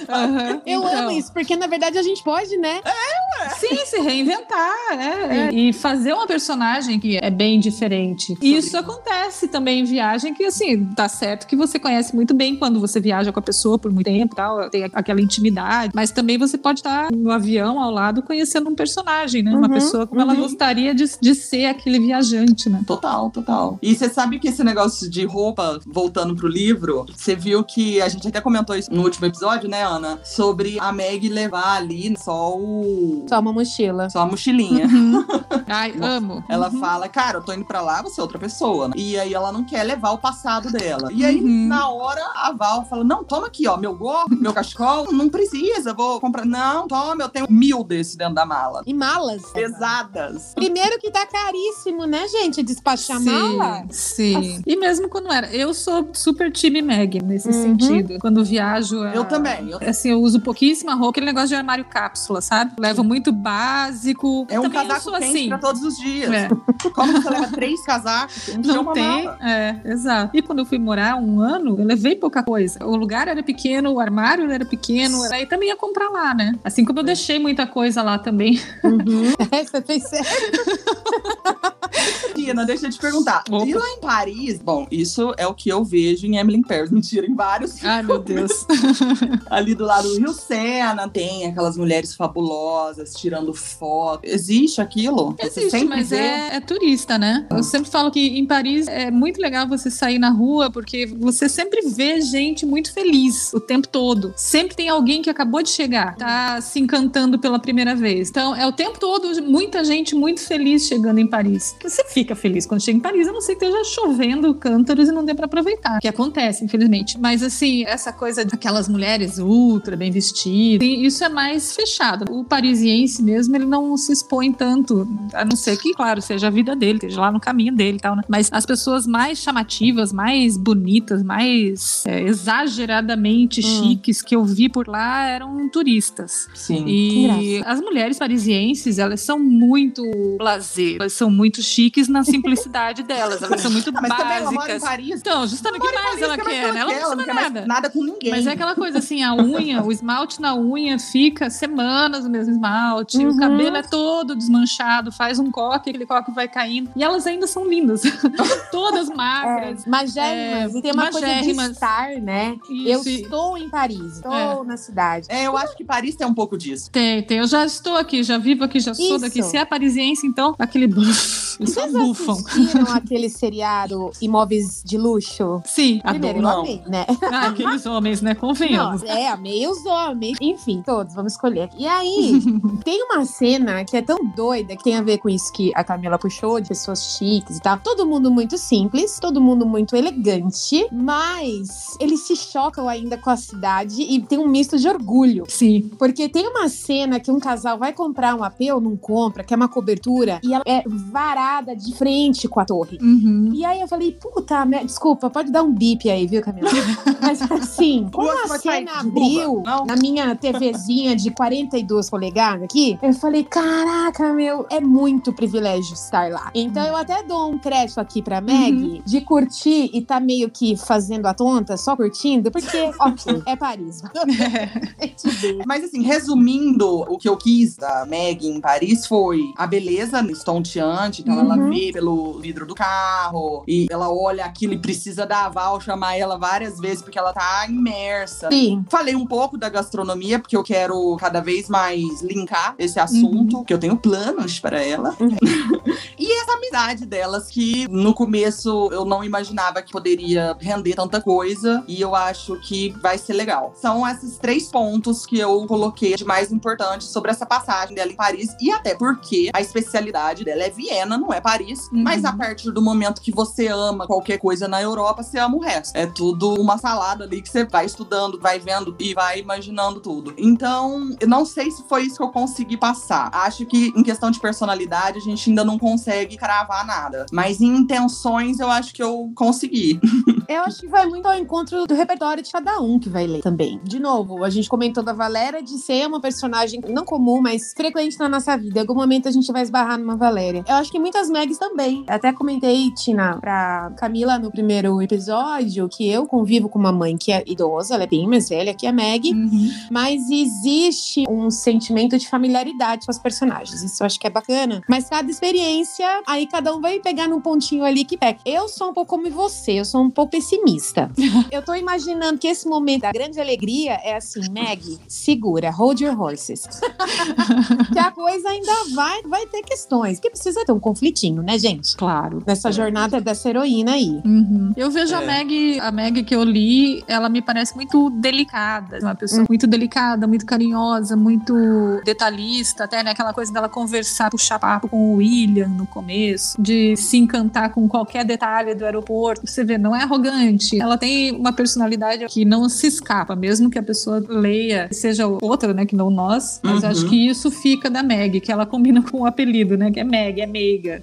Eu amo isso, porque na verdade a gente pode, né? Sim, se reinventar, e fazer uma personagem que é bem diferente. E isso acontece também em viagem, que assim, tá certo que você conhece muito bem quando você viaja com a pessoa por muito tempo, tal, tem aquela intimidade, mas também você pode estar no avião ao lado conhecendo um personagem, né? Uma pessoa como ela gostaria de ser aquele viajante, né? Total. E você sabe que esse negócio de roupa, voltando pro livro, você viu que a gente até comentou isso no último episódio, né, Ana? Sobre a Meg levar ali só uma mochila. Só a mochilinha. Ai, amo. Ela fala, cara, eu tô indo pra lá, você é outra pessoa. Né? E aí ela não quer levar o passado dela. E aí, na hora, a Val fala, não, toma aqui, ó, meu gorro, meu cachecol, não precisa, vou comprar. Não, toma, eu tenho 1000 desse dentro da mala. E malas? Pesadas. Primeiro que tá caríssimo, né, gente? Despachar mala. Sim. E mesmo quando era. Eu sou super time Meg nesse sentido. Quando viajo. Eu também. Assim, eu uso pouquíssima roupa, aquele negócio de armário cápsula, sabe? Levo muito básico. É um também casaco quente assim. pra todos os dias. Como você leva 3 casacos? Não tem. Mala. Exato. E quando eu fui morar 1 ano, eu levei pouca coisa. O lugar era pequeno, o armário era pequeno. Aí também ia comprar lá, né? Assim como eu deixei muita coisa lá também. Você fez certo. Tina, deixa eu te perguntar. Opa. E lá em Paris, bom, isso é o que eu vejo em Emily in Paris. Mentira, em vários filmes. Ai, meu Deus. Ali do lado do Rio Sena, tem aquelas mulheres fabulosas tirando foto. Existe aquilo? Existe, mas é turista, né? Eu sempre falo que em Paris é muito legal você sair na rua, porque você sempre vê gente muito feliz o tempo todo. Sempre tem alguém que acabou de chegar, tá se encantando pela primeira vez. Então, é o tempo todo muita gente muito feliz chegando em Paris. você fica feliz quando chega em Paris, a não ser que esteja chovendo cântaros e não dê pra aproveitar, que acontece, infelizmente. Mas assim, essa coisa daquelas mulheres ultra bem vestidas, isso é mais fechado. O parisiense mesmo, ele não se expõe tanto, a não ser que, claro, seja a vida dele, esteja lá no caminho dele e tal, né? Mas as pessoas mais chamativas, mais bonitas, mais exageradamente chiques que eu vi por lá eram turistas. Sim. E as mulheres parisienses, elas são muito blasé, elas são muito chiques na simplicidade delas, elas são muito mas básicas. também ela mora em Paris. Então, justamente, o que mais ela quer, né? Ela não precisa nada. Nada com ninguém. Mas é aquela coisa assim, a unha, o esmalte na unha fica semanas o mesmo esmalte, o cabelo é todo desmanchado, faz um coque, aquele coque vai caindo. E elas ainda são lindas. Todas magras. Magérrimas. E tem uma coisa de estar, né? Isso. Eu estou em Paris, estou na cidade. Eu acho que Paris tem um pouco disso. Tem. Eu já estou aqui, já vivo aqui, já sou daqui. Se é parisiense, então, aquele bufo. Eles só bufam. Vocês assistiram aquele seriado Imóveis de Luxo? Sim. Primeiro, eu amei, né? Aqueles homens, né? Convenhamos. Amei os homens. Enfim, todos, vamos escolher. E aí, tem uma cena que é tão doida, que tem a ver com isso que a Camila puxou, de pessoas chiques e tal. Todo mundo muito simples, todo mundo muito elegante, mas eles se chocam ainda com a cidade e tem um misto de orgulho. Sim. Porque tem uma cena que um casal vai comprar um AP ou não compra, que é uma cobertura, e ela é varada de frente com a torre. E aí eu falei, puta, desculpa, pode dar um bip aí, viu, Camila? Mas assim, quando a cena abriu na minha TVzinha de 42 polegadas aqui, eu falei, caraca, é muito privilégio estar lá. Então eu até dou um crédito aqui pra Meg de curtir e tá meio que fazendo a tonta, só curtindo, porque, ok, é Paris. Mas assim, resumindo, o que eu quis da Meg em Paris foi a beleza estonteante, então ela vê pelo vidro do carro e ela olha aquilo e precisa da Val chamar ela várias vezes porque ela tá imersa. Sim. Falei um pouco da gastronomia porque eu quero cada vez mais linkar esse assunto, que eu tenho planos para ela. E essa amizade delas que no começo eu não imaginava que poderia render tanta coisa e eu acho que vai ser legal. São esses 3 pontos que eu coloquei de mais importante sobre essa passagem dela em Paris e até porque a especialidade dela é Viena, não é Paris, mas a partir do momento que você ama qualquer coisa na Europa, você ama o resto. É tudo uma salada ali que você vai estudando, vai vendo e vai imaginando tudo. Então, eu não sei se foi isso que eu consegui passar. Acho que em questão de personalidade, a gente ainda não consegue cravar nada. Mas em intenções, eu acho que eu consegui. Eu acho que vai muito ao encontro do repertório de cada um que vai ler também. De novo, a gente comentou da Valéria de ser uma personagem não comum, mas frequente na nossa vida. Em algum momento a gente vai esbarrar numa Valéria. Eu acho que muitas Megs também. Até comentei, Tina, pra Camila no primeiro episódio, que eu convivo com uma mãe que é idosa, ela é bem mais velha que a Meg, mas existe um sentimento de familiaridade com as personagens. Isso eu acho que é bacana. Mas cada experiência, aí cada um vai pegar num pontinho ali que pega. Eu sou um pouco como você, eu sou um pouco pessimista. Eu tô imaginando que esse momento da grande alegria é assim, Meg, segura, hold your horses. Que a coisa ainda vai ter questões, que precisa ter um conflitinho, né, gente? Claro. Nessa jornada dessa heroína aí. Eu vejo a Meg que eu li, ela me parece muito delicada, uma pessoa muito delicada, muito carinhosa, muito detalhista, até, né, aquela coisa dela conversar, puxar papo com o William no começo, de se encantar com qualquer detalhe do aeroporto. Você vê, não é arrogante, ela tem uma personalidade que não se escapa, mesmo que a pessoa leia, seja outra, né, que não nós, mas acho que isso fica da Meg, que ela combina com o apelido, né, que é Meg, é meiga.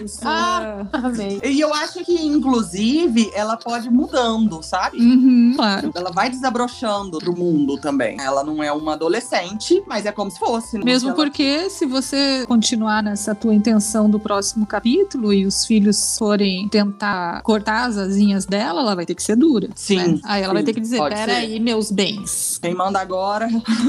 Amei. E eu acho que, inclusive, ela pode ir mudando, sabe? Claro. Ela vai desabrochando pro mundo também. Ela não é uma adolescente, mas é como se fosse. Mesmo porque, se você continuar nessa tua intenção do próximo capítulo e os filhos forem tentar cortar as asinhas dela, ela vai ter que ser dura. Sim. Né? Aí ela vai ter que dizer, peraí, meus bens. Quem manda agora...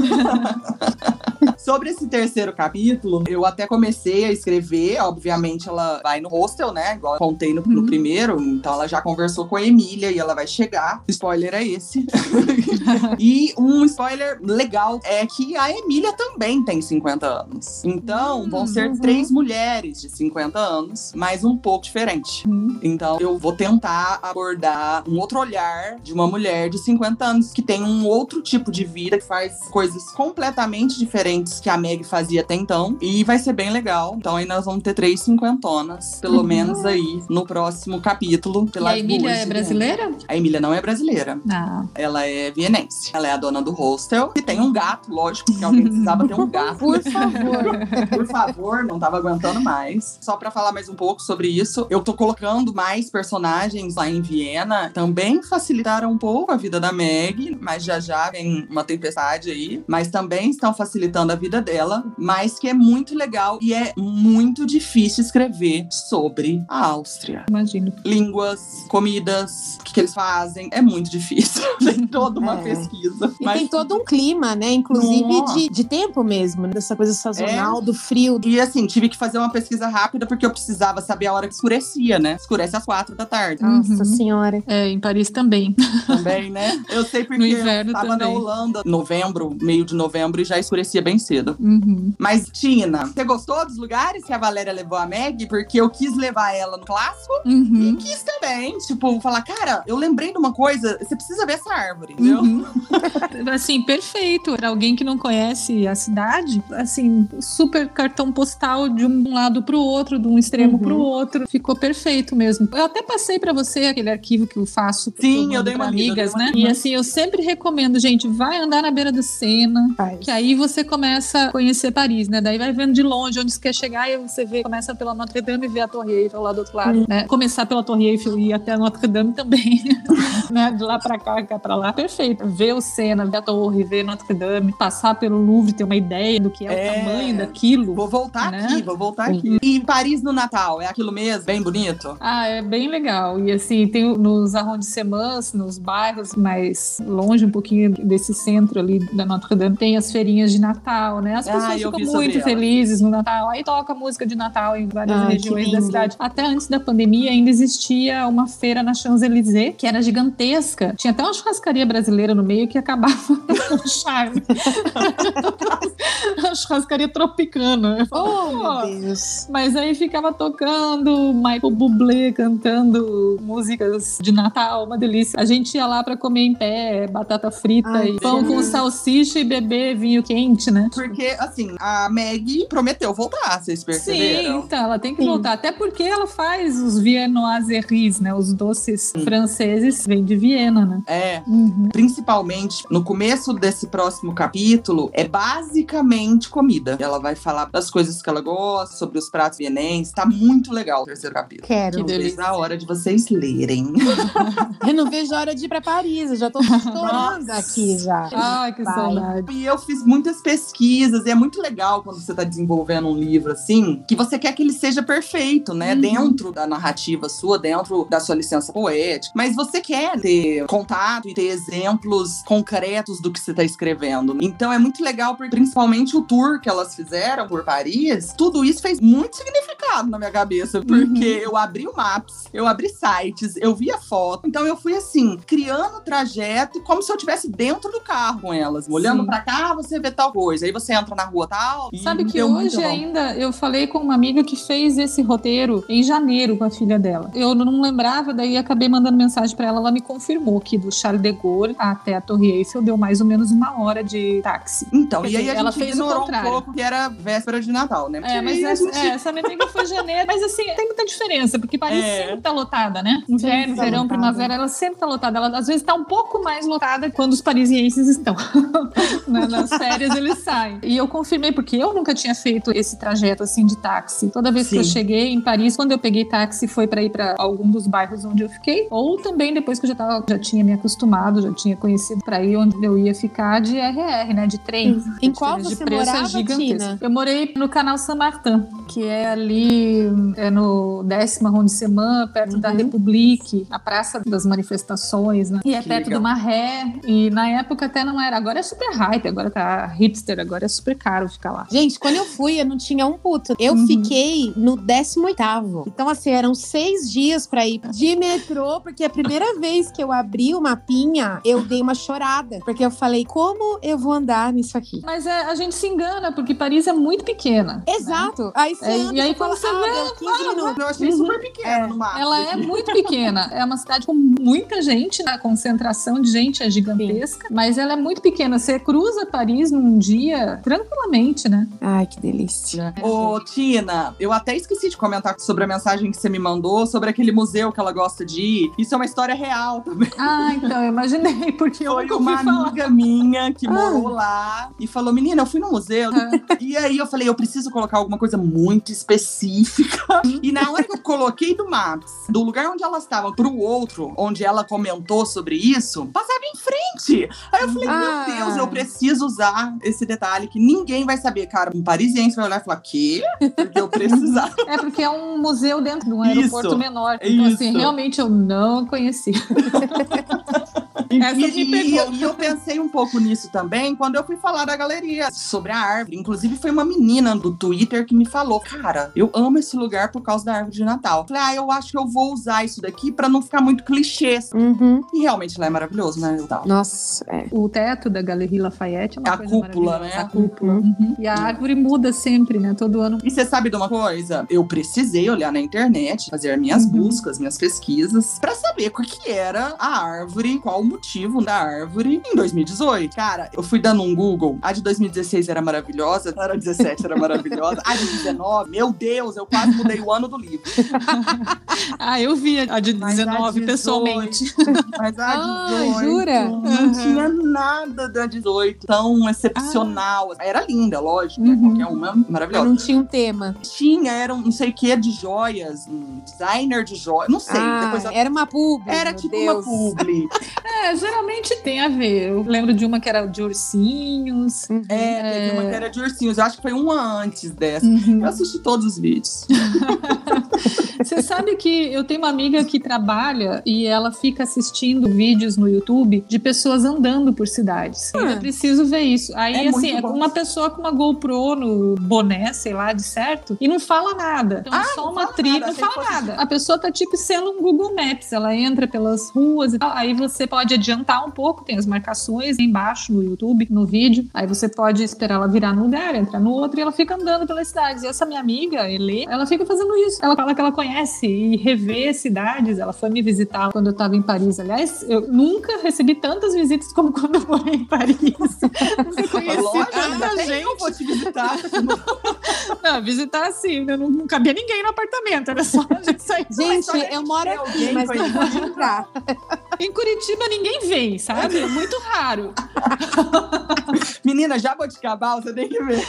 Sobre esse terceiro capítulo, eu até comecei a escrever. Obviamente, ela vai no hostel, né? Igual eu contei no primeiro. Então, ela já conversou com a Emília e ela vai chegar. Spoiler é esse. E um spoiler legal é que a Emília também tem 50 anos. Então, vão ser 3 mulheres de 50 anos, mas um pouco diferente. Então, eu vou tentar abordar um outro olhar de uma mulher de 50 anos que tem um outro tipo de vida, que faz coisas completamente diferentes anos que a Meg fazia até então. E vai ser bem legal. Então aí nós vamos ter 3 cinquentonas, pelo menos aí, no próximo capítulo. E a Emília é brasileira? A Emília não é brasileira. Ah. Ela é vienense. Ela é a dona do hostel. E tem um gato, lógico, porque alguém precisava ter um gato. Por favor. Por favor, não tava aguentando mais. Só pra falar mais um pouco sobre isso, eu tô colocando mais personagens lá em Viena. Também facilitaram um pouco a vida da Meg, mas já vem uma tempestade aí. Mas também estão facilitando a vida dela. Mas que é muito legal e é muito difícil escrever sobre a Áustria. Imagino. Línguas, comidas, o que eles fazem. É muito difícil. Tem toda uma pesquisa. E tem todo um clima, né? Inclusive de tempo mesmo. Dessa coisa sazonal, do frio. E assim, tive que fazer uma pesquisa rápida porque eu precisava saber a hora que escurecia, né? Escurece às 4 da tarde. Nossa senhora. É, em Paris também. Também, né? Eu sei porque no inverno eu tava também. na Holanda, novembro, meio de novembro, e já escurecia bem cedo. Mas, Tina, você gostou dos lugares que a Valéria levou a Meg? Porque eu quis levar ela no clássico e quis também, tipo, falar, cara, eu lembrei de uma coisa, você precisa ver essa árvore, entendeu? Assim, perfeito. Pra alguém que não conhece a cidade, assim, super cartão postal de um lado pro outro, de um extremo pro outro. Ficou perfeito mesmo. Eu até passei pra você aquele arquivo que eu faço. Sim, eu dei uma amigas, né? E assim, eu sempre recomendo, gente, vai andar na beira do Sena, que aí você começa a conhecer Paris, né? Daí vai vendo de longe onde você quer chegar e você vê, começa pela Notre Dame e vê a Torre Eiffel lá do outro lado, né? Começar pela Torre Eiffel e ir até a Notre Dame também, né? De lá pra cá pra lá. Perfeito. Ver o Sena, ver a Torre, ver Notre Dame, passar pelo Louvre, ter uma ideia do que é o tamanho daquilo. Vou voltar né? aqui. E Paris no Natal, é aquilo mesmo? Bem bonito? Ah, é bem legal. E assim, tem nos arrondissements, nos bairros mais longe um pouquinho desse centro ali da Notre Dame, tem as feirinhas de Natal, né? As pessoas ficam muito felizes no Natal. Aí toca música de Natal em várias regiões da cidade. Até antes da pandemia ainda existia uma feira na Champs-Élysées, que era gigantesca. Tinha até uma churrascaria brasileira no meio que acabava com o charme. A churrascaria tropicana. Meu Deus. Mas aí ficava tocando Michael Bublé cantando músicas de Natal, uma delícia. A gente ia lá pra comer em pé, batata frita e pão com salsicha e beber vinho quente, né? Porque, assim, a Meg prometeu voltar, vocês perceberam? Sim, então, ela tem que voltar. Até porque ela faz os viennoiseries, né? Os doces franceses vêm de Viena, né? É. Principalmente no começo desse próximo capítulo, é basicamente comida. Ela vai falar das coisas que ela gosta, sobre os pratos vienenses. Tá muito legal o terceiro capítulo. Quero. Que Não delícia. vejo a hora de vocês lerem. Eu não vejo a hora de ir pra Paris. Eu já tô estourando aqui já. Ai, que saudade. E eu fiz muitas pesquisas, e é muito legal quando você tá desenvolvendo um livro assim, que você quer que ele seja perfeito, né? Dentro da narrativa sua, dentro da sua licença poética. Mas você quer ter contato e ter exemplos concretos do que você tá escrevendo. Então é muito legal, porque principalmente o tour que elas fizeram por Paris, tudo isso fez muito significado na minha cabeça, porque eu abri o Maps, eu abri sites, eu via foto. Então eu fui assim, criando o trajeto como se eu estivesse dentro do carro com elas. Olhando pra cá, você vê tal coisa. Aí você entra na rua tal. Sabe que hoje ainda eu falei com uma amiga que fez esse roteiro em janeiro com a filha dela. Eu não lembrava, daí acabei mandando mensagem pra ela, ela me confirmou que do Charles de Gaulle até a Torre Eiffel deu mais ou menos 1 hora de táxi. Então, Quer e aí dizer, a ela gente fez o ignorou contrário. um pouco que era véspera de Natal, né? Mas essa minha amiga foi em janeiro. Mas assim, tem muita diferença, porque Paris sempre tá lotada, né? Inverno, verão, primavera, ela sempre tá lotada. Ela às vezes tá um pouco mais lotada quando os parisienses estão. Nas férias eles saem. E eu confirmei, porque eu nunca tinha feito esse trajeto assim de táxi. Toda vez que eu cheguei em Paris, quando eu peguei táxi, foi pra ir pra algum dos bairros onde eu fiquei. Ou também depois que eu já tinha me acostumado, já tinha conhecido pra ir onde eu ia ficar de RR, né? De trem. Em qual você morava, Tina? Eu morei no Canal Saint-Martin, que é ali no 10º arrondissement, perto da République, a Praça das Manifestações, né? E é perto do Marais. E na época até não era. Agora é super hype, agora tá hipster, agora é super caro ficar lá. Gente, quando eu fui, eu não tinha um puto. Eu fiquei no 18º. Então, assim, eram 6 dias pra ir de metrô, porque a primeira vez que eu abri o mapinha, eu dei uma chorada. Porque eu falei, como eu vou andar nisso aqui? Mas a gente se engana, porque Paris é muito pequena. Exato. Aí E aí quando você vê, eu achei super pequeno no mapa. Ela é muito pequena. É uma cidade com muita gente, a concentração de gente é gigantesca, mas ela é muito pequena. Você cruza Paris num dia tranquilamente, né? Ai, que delícia. Ô, Tina, eu até esqueci de comentar sobre a mensagem que você me mandou, sobre aquele museu que ela gosta de ir. Isso é uma história real também. Ah, então, eu imaginei, porque Foi uma amiga minha que morou lá e falou, menina, eu fui no museu. E aí eu falei, eu preciso colocar alguma coisa muito específica. E na hora que eu coloquei do Maps, do lugar onde elas estavam pro outro, onde ela comentou sobre isso, passava em frente. Aí eu falei, meu Deus, eu preciso usar esse detalhe que ninguém vai saber. Cara, um parisiense vai olhar e falar, quê? Porque eu precisava. É porque é um museu dentro de um aeroporto menor. Então, assim, realmente eu não conheci. Essa me pegou. E eu pensei um pouco nisso também quando eu fui falar da galeria sobre a árvore. Inclusive, foi uma menina do Twitter que me falou, cara, eu amo esse lugar por causa da árvore de Natal. Eu falei, eu acho que eu vou usar isso daqui pra não ficar muito clichê. E realmente lá é maravilhoso, né? Nossa, O teto da Galeria Lafayette é uma coisa cúpula, né? A cúpula. E a árvore muda sempre, né? Todo ano. E você sabe de uma coisa? Eu precisei olhar na internet, fazer minhas buscas, minhas pesquisas, pra saber o que era a árvore, qual o motivo da árvore em 2018. Cara, eu fui dando um Google. A de 2016 era maravilhosa, a de 17 era maravilhosa, a de 19, meu Deus, eu quase mudei o ano do livro. Eu vi a de 19 pessoalmente. Mas a 18 jura? Não tinha nada da 18 tão excepcional. Era linda, lógico, né? Qualquer uma maravilhosa. Não tinha um tema. Tinha, era um não sei o que de joias, um designer de joias, não sei. Era uma publi. Era tipo uma publi. Geralmente tem a ver. Eu lembro de uma que era de ursinhos. Teve uma que era de ursinhos. Eu acho que foi uma antes dessa. Eu assisti todos os vídeos. Você sabe que eu tenho uma amiga que trabalha e ela fica assistindo vídeos no YouTube de pessoas andando por cidades. Eu preciso ver isso. Aí, assim, é uma pessoa com uma GoPro no boné, sei lá, de certo, e não fala nada. Então, só uma trilha, não fala nada. A pessoa tá tipo sendo um Google Maps. Ela entra pelas ruas e tal. Aí você pode adiantar um pouco, tem as marcações embaixo no YouTube, no vídeo. Aí você pode esperar ela virar num lugar, entrar no outro, e ela fica andando pelas cidades. E essa minha amiga, Elê, ela fica fazendo isso. Ela fala que ela conhece e revê cidades. Ela foi me visitar quando eu tava em Paris. Aliás, eu nunca recebi tantas visitas como quando eu morei em Paris. Nunca conheci tanta gente. Eu vou te visitar. Não, visitar sim. Não cabia ninguém no apartamento. Era só a gente sair. Gente, eu moro aqui, mas não pode entrar. Em Curitiba ninguém vem, sabe? É muito raro. Menina, Jaboticabal, você tem que ver.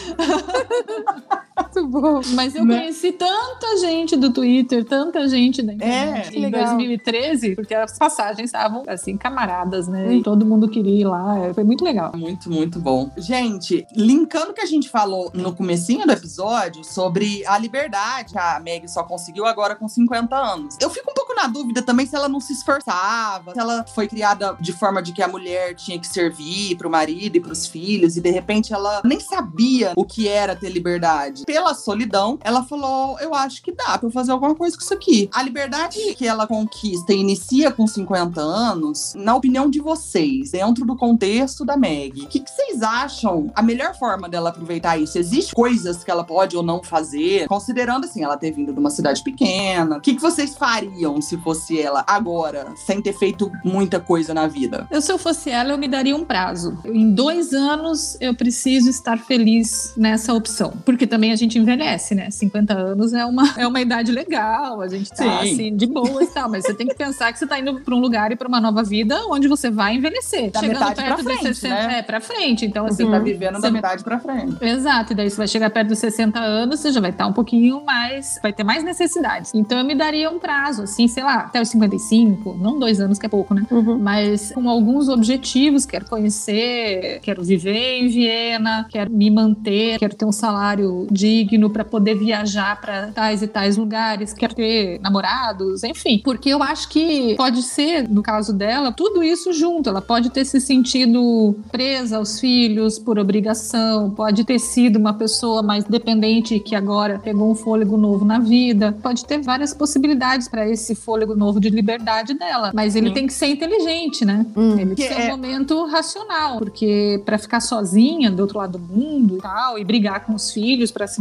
Muito bom. Mas eu conheci tanta gente do Twitter, tanta gente da internet em 2013, porque as passagens estavam, assim, camaradas, né? E todo mundo queria ir lá. Foi muito legal. Muito, muito bom. Gente, linkando o que a gente falou no comecinho do episódio sobre a liberdade que a Meg só conseguiu agora com 50 anos. Eu fico um pouco na dúvida também se ela não se esforçava, se ela foi criada de forma de que a mulher tinha que servir pro marido e pros filhos, e de repente ela nem sabia o que era ter liberdade. Pela solidão, ela falou, eu acho que dá pra eu fazer alguma coisa com isso aqui. A liberdade que ela conquista e inicia com 50 anos, na opinião de vocês, dentro do contexto da Meg, o que vocês acham a melhor forma dela aproveitar isso? Existem coisas que ela pode ou não fazer, considerando assim, ela ter vindo de uma cidade pequena. O que vocês fariam se fosse ela agora, sem ter feito muita coisa na vida? Se eu fosse ela, eu me daria um prazo. Em 2 anos, eu preciso estar feliz nessa opção. Porque também a gente envelhece, né? 50 anos é uma idade legal, a gente tá, assim, de boa e tal. Mas você tem que pensar que você tá indo pra um lugar e pra uma nova vida onde você vai envelhecer. Da chegando metade perto pra frente, dos 60, né? Pra frente. Então, assim, você tá vivendo da metade pra frente. Exato. E daí você vai chegar perto dos 60 anos, você já vai estar um pouquinho mais... Vai ter mais necessidades. Então, eu me daria um prazo, assim, sei lá, até os 55. Não 2 anos, que é pouco, né? Mas com alguns objetivos. Quero conhecer, quero viver em Viena, quero me manter, quero ter um salário digno pra poder viajar pra tais e tais lugares, quero ter namorados, enfim. Porque eu acho que pode ser, no caso dela, tudo isso junto. Ela pode ter se sentido presa aos filhos por obrigação, pode ter sido uma pessoa mais dependente que agora pegou um fôlego novo na vida. Pode ter várias possibilidades pra esse fôlego novo de liberdade dela. Mas ele tem que ser inteligente, né? Ele tem que ser um momento racional, porque pra ficar sozinha do outro lado do mundo e tal, e brigar com os filhos pra se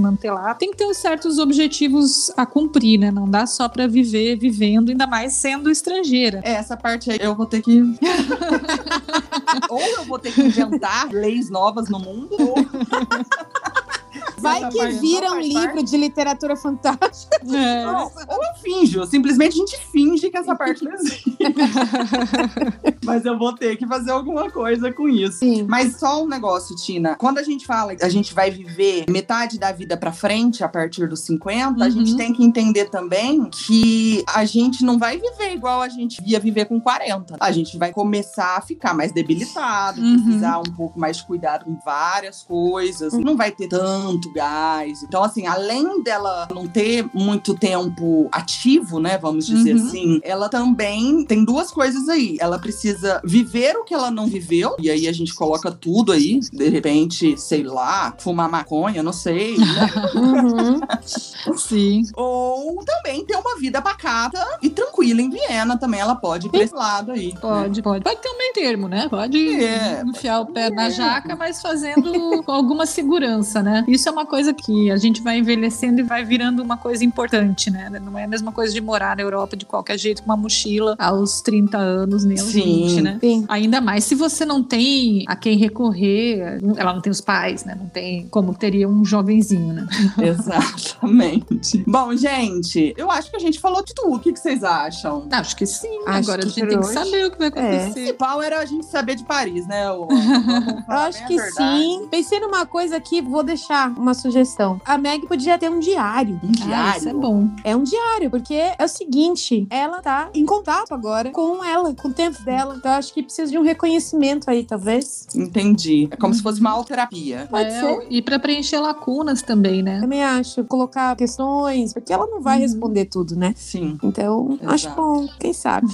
manter lá. Tem que ter uns certos objetivos a cumprir, né? Não dá só pra viver vivendo, ainda mais sendo estrangeira. Essa parte aí eu vou ter que... ou eu vou ter que inventar leis novas no mundo, ou... Vai que vira um livro de literatura fantástica. Não, ou eu finjo, simplesmente a gente finge que essa parte não existe. Mas eu vou ter que fazer alguma coisa com isso. Sim. Mas só um negócio, Tina. Quando a gente fala que a gente vai viver metade da vida pra frente, a partir dos 50, a gente tem que entender também que a gente não vai viver igual a gente ia viver com 40. A gente vai começar a ficar mais debilitado, precisar um pouco mais de cuidado com várias coisas. Não vai ter tanto gás. Então, assim, além dela não ter muito tempo ativo, né, vamos dizer assim, ela também tem duas coisas aí. Ela precisa viver o que ela não viveu, e aí a gente coloca tudo aí, de repente, sei lá, fumar maconha, não sei. Sim. Ou também ter uma vida pacata e tranquila em Viena também, ela pode ir pra esse lado aí. Pode ter um meio termo, né? Pode enfiar o pé na jaca, mas fazendo com alguma segurança, né? Isso é uma coisa que a gente vai envelhecendo e vai virando uma coisa importante, né? Não é a mesma coisa de morar na Europa de qualquer jeito com uma mochila aos 30 anos, nem aos 20, né? Sim. Ainda mais se você não tem a quem recorrer, ela não tem os pais, né? Não tem como teria um jovenzinho, né? Exatamente. Bom, gente, eu acho que a gente falou de tudo. O que vocês acham? Acho que sim. Acho Agora que a gente tem que hoje... saber o que vai acontecer. O principal era a gente saber de Paris, né? Eu acho que sim. Pensei numa coisa aqui, vou deixar uma sugestão. A Meg podia ter um diário. Um diário? Isso é bom. É um diário, porque é o seguinte, ela tá em contato agora com ela, com o tempo dela. Então, eu acho que precisa de um reconhecimento aí, talvez. Entendi. É como se fosse uma autoterapia. Pode ser. E pra preencher lacunas também, né? Também acho. Colocar questões, porque ela não vai responder tudo, né? Sim. Então, Exato. acho bom. Quem sabe?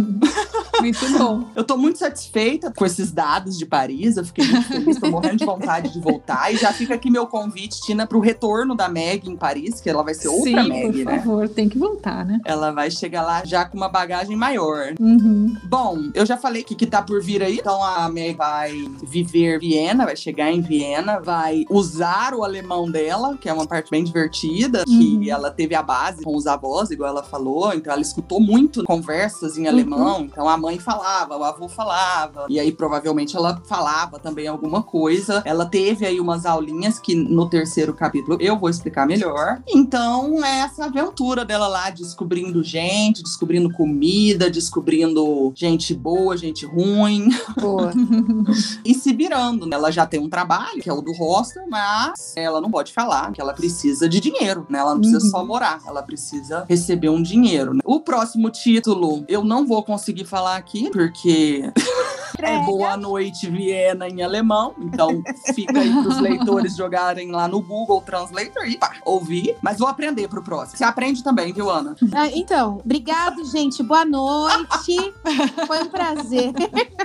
Muito bom. Eu tô muito satisfeita com esses dados de Paris. Eu fiquei muito feliz, tô morrendo de vontade de voltar. E já fica aqui meu convite, Tina, pro retorno da Meg em Paris, que ela vai ser outra Meg, né? Por favor, tem que voltar, né? Ela vai chegar lá já com uma bagagem maior. Bom, eu já falei que tá por vir aí. Então a Meg vai viver Viena, vai chegar em Viena, vai usar o alemão dela, que é uma parte bem divertida, que ela teve a base com os avós, igual ela falou. Então ela escutou muito conversas em alemão. Então a mãe falava, o avô falava. E aí provavelmente ela falava também alguma coisa. Ela teve aí umas aulinhas que no terceiro capítulo eu vou explicar melhor. Então é essa aventura dela lá, descobrindo gente, descobrindo comida, descobrindo gente boa, gente ruim. Boa. E se virando. Ela já tem um trabalho, que é o do hostel, mas ela não pode falar que ela precisa de dinheiro, né? Ela não precisa só morar, ela precisa receber um dinheiro, né? O próximo título eu não vou conseguir falar aqui, porque é Boa Noite Viena em alemão, então fica aí pros leitores jogarem lá no Google Translator e pá, ouvir, mas vou aprender pro próximo. Você aprende também, viu, Ana? Então, obrigado, gente. Boa noite. Foi um prazer.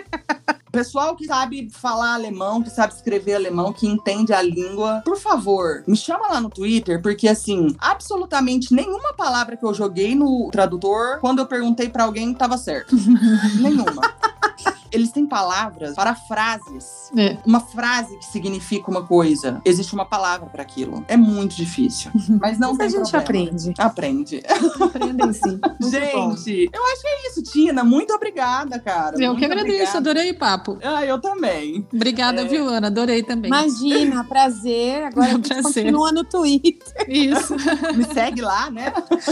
Pessoal que sabe falar alemão, que sabe escrever alemão, que entende a língua, por favor, me chama lá no Twitter, porque assim, absolutamente nenhuma palavra que eu joguei no tradutor, quando eu perguntei pra alguém, tava certo. Nenhuma. Eles têm palavras para frases. Uma frase que significa uma coisa. Existe uma palavra para aquilo. É muito difícil. Mas não tem a gente problema. aprende. Aprendem sim. Gente, eu acho que é isso, Tina. Muito obrigada, cara. Eu muito que agradeço. Obrigada. Adorei o papo. Eu também. Obrigada, viu, Ana? Adorei também. Imagina, prazer. Agora a gente continua no Twitter. Isso. Me segue lá, né?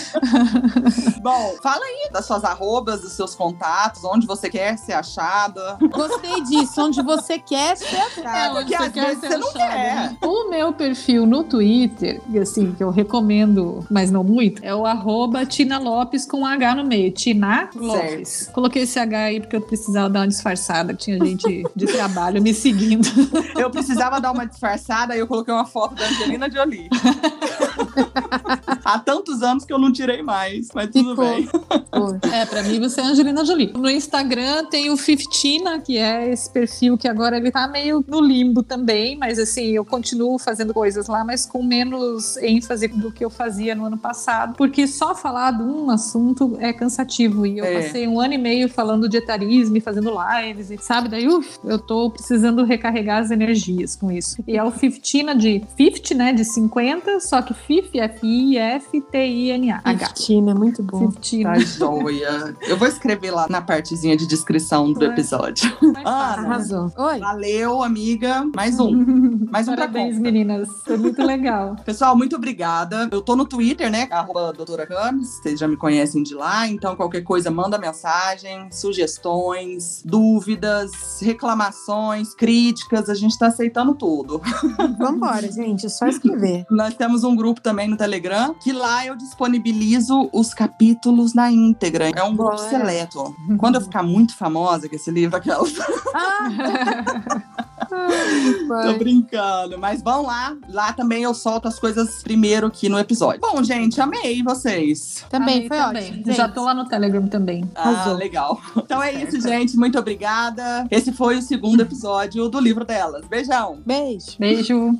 Bom, fala aí das suas arrobas, dos seus contatos, onde você quer ser achada. Gostei disso, onde você quer ser achada. Porque às vezes você não quer. O meu perfil no Twitter, assim, que eu recomendo, mas não muito, é o @Tina Lopes com H no meio. Tina Lopes. Coloquei esse H aí porque eu precisava dar uma disfarçada, que tinha gente de trabalho me seguindo. Eu precisava dar uma disfarçada e eu coloquei uma foto da Angelina Jolie. Há tantos anos que eu não tirei mais, mas tudo bem. Pra mim você é Angelina Jolie. No Instagram tem o Fiftina, que é esse perfil que agora ele tá meio no limbo também, mas assim, eu continuo fazendo coisas lá, mas com menos ênfase do que eu fazia no ano passado, porque só falar de um assunto é cansativo, e eu passei 1 ano e meio falando de etarismo e fazendo lives, e sabe, daí eu tô precisando recarregar as energias com isso. E é o Fiftina de 50, né, de 50, só que Fif, F-I-F-T-I-N-A. Fiftina, muito bom. Fiftina. Tá joia. Eu vou escrever lá na partezinha de descrição do episódio. Arrasou. Oi. Valeu, amiga. Mais um Parabéns, pra conta. Meninas. Foi muito legal. Pessoal, muito obrigada. Eu tô no Twitter, né? @doutora Camis. Vocês já me conhecem de lá. Então, qualquer coisa, manda mensagem, sugestões, dúvidas, reclamações, críticas. A gente tá aceitando tudo. Vambora, gente. É só escrever. Nós temos um grupo também no Telegram, que lá eu disponibilizo os capítulos na íntegra. É um grupo seleto. Quando eu ficar muito famosa com esse livro, aquelas... Tô brincando, mas vão lá. Lá também eu solto as coisas primeiro aqui no episódio. Bom, gente, amei vocês. Também, foi também. ótimo. Já tô lá no Telegram também. Legal. Então é isso, gente. Muito obrigada. Esse foi o 2º episódio do Livro Delas. Beijão. Beijo. Beijo.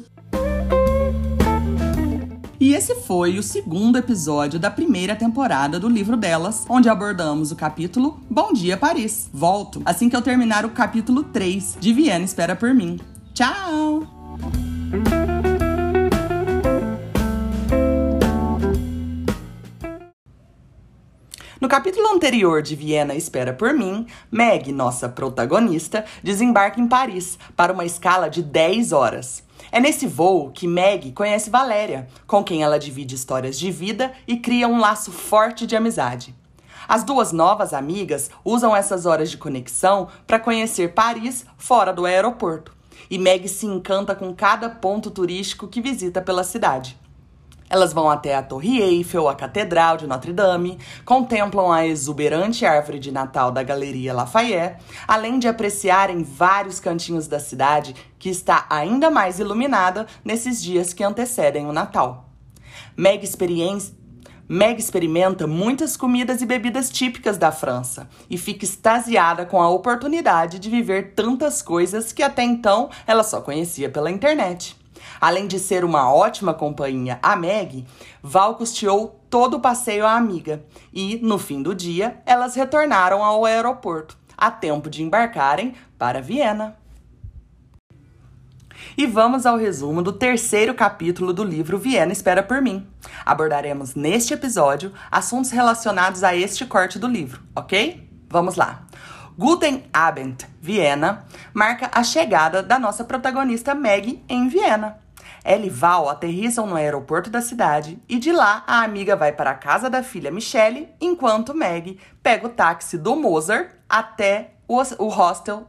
E esse foi o 2º episódio da 1ª temporada do Livro Delas, onde abordamos o capítulo Bom Dia Paris. Volto assim que eu terminar o capítulo 3 de Viena Espera por Mim. Tchau! No capítulo anterior de Viena Espera por Mim, Meg, nossa protagonista, desembarca em Paris para uma escala de 10 horas. É nesse voo que Meg conhece Valéria, com quem ela divide histórias de vida e cria um laço forte de amizade. As duas novas amigas usam essas horas de conexão para conhecer Paris fora do aeroporto, e Meg se encanta com cada ponto turístico que visita pela cidade. Elas vão até a Torre Eiffel, a Catedral de Notre-Dame, contemplam a exuberante árvore de Natal da Galeria Lafayette, além de apreciarem vários cantinhos da cidade que está ainda mais iluminada nesses dias que antecedem o Natal. Meg experimenta muitas comidas e bebidas típicas da França e fica extasiada com a oportunidade de viver tantas coisas que até então ela só conhecia pela internet. Além de ser uma ótima companhia a Meg, Val custeou todo o passeio à amiga e, no fim do dia, elas retornaram ao aeroporto, a tempo de embarcarem para Viena. E vamos ao resumo do 3º capítulo do livro Viena Espera por Mim. Abordaremos neste episódio assuntos relacionados a este corte do livro, ok? Vamos lá! Guten Abend, Viena, marca a chegada da nossa protagonista Meg em Viena. Ela e Val aterrissam no aeroporto da cidade e de lá a amiga vai para a casa da filha Michelle, enquanto Meg pega o táxi do Mozart até o hostel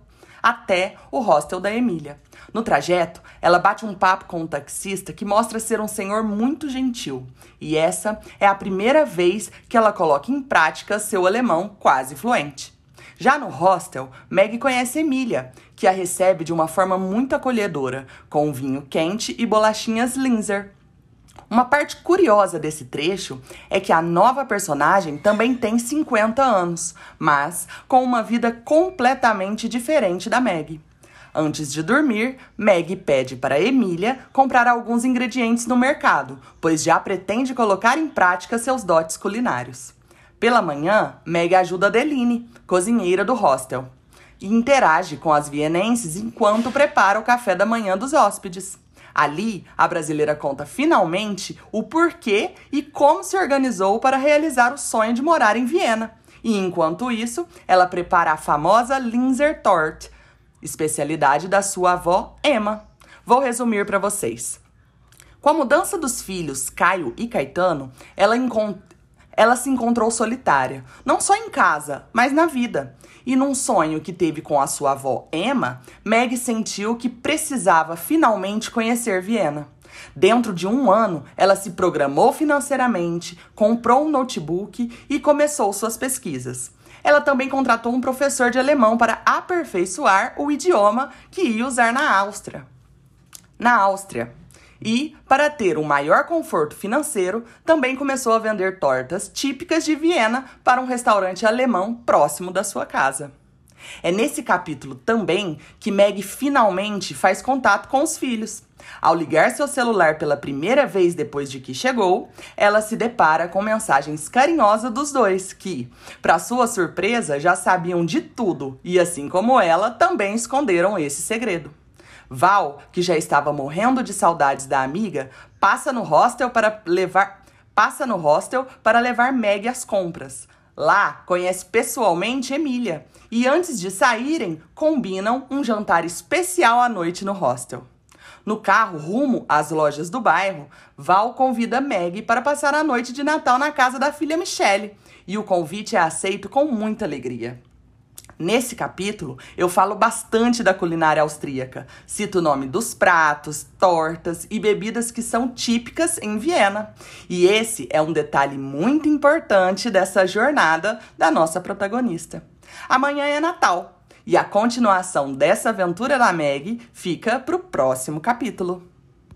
da Emília. No trajeto, ela bate um papo com um taxista que mostra ser um senhor muito gentil. E essa é a primeira vez que ela coloca em prática seu alemão quase fluente. Já no hostel, Meg conhece Emília, que a recebe de uma forma muito acolhedora, com um vinho quente e bolachinhas Linzer. Uma parte curiosa desse trecho é que a nova personagem também tem 50 anos, mas com uma vida completamente diferente da Meg. Antes de dormir, Meg pede para Emília comprar alguns ingredientes no mercado, pois já pretende colocar em prática seus dotes culinários. Pela manhã, Meg ajuda Adeline, cozinheira do hostel, e interage com as vienenses enquanto prepara o café da manhã dos hóspedes. Ali, a brasileira conta finalmente o porquê e como se organizou para realizar o sonho de morar em Viena. E enquanto isso, ela prepara a famosa Linzer Torte, especialidade da sua avó Emma. Vou resumir para vocês. Com a mudança dos filhos Caio e Caetano, ela se encontrou solitária, não só em casa, mas na vida. E num sonho que teve com a sua avó Emma, Meg sentiu que precisava finalmente conhecer Viena. Dentro de 1 ano, ela se programou financeiramente, comprou um notebook e começou suas pesquisas. Ela também contratou um professor de alemão para aperfeiçoar o idioma que ia usar na Áustria. E, para ter um maior conforto financeiro, também começou a vender tortas típicas de Viena para um restaurante alemão próximo da sua casa. É nesse capítulo também que Meg finalmente faz contato com os filhos. Ao ligar seu celular pela primeira vez depois de que chegou, ela se depara com mensagens carinhosas dos dois, que, para sua surpresa, já sabiam de tudo e, assim como ela, também esconderam esse segredo. Val, que já estava morrendo de saudades da amiga, passa no hostel para levar Meg às compras. Lá, conhece pessoalmente Emília e, antes de saírem, combinam um jantar especial à noite no hostel. No carro, rumo às lojas do bairro, Val convida Meg para passar a noite de Natal na casa da filha Michelle, e o convite é aceito com muita alegria. Nesse capítulo, eu falo bastante da culinária austríaca. Cito o nome dos pratos, tortas e bebidas que são típicas em Viena. E esse é um detalhe muito importante dessa jornada da nossa protagonista. Amanhã é Natal. E a continuação dessa aventura da Meg fica para o próximo capítulo.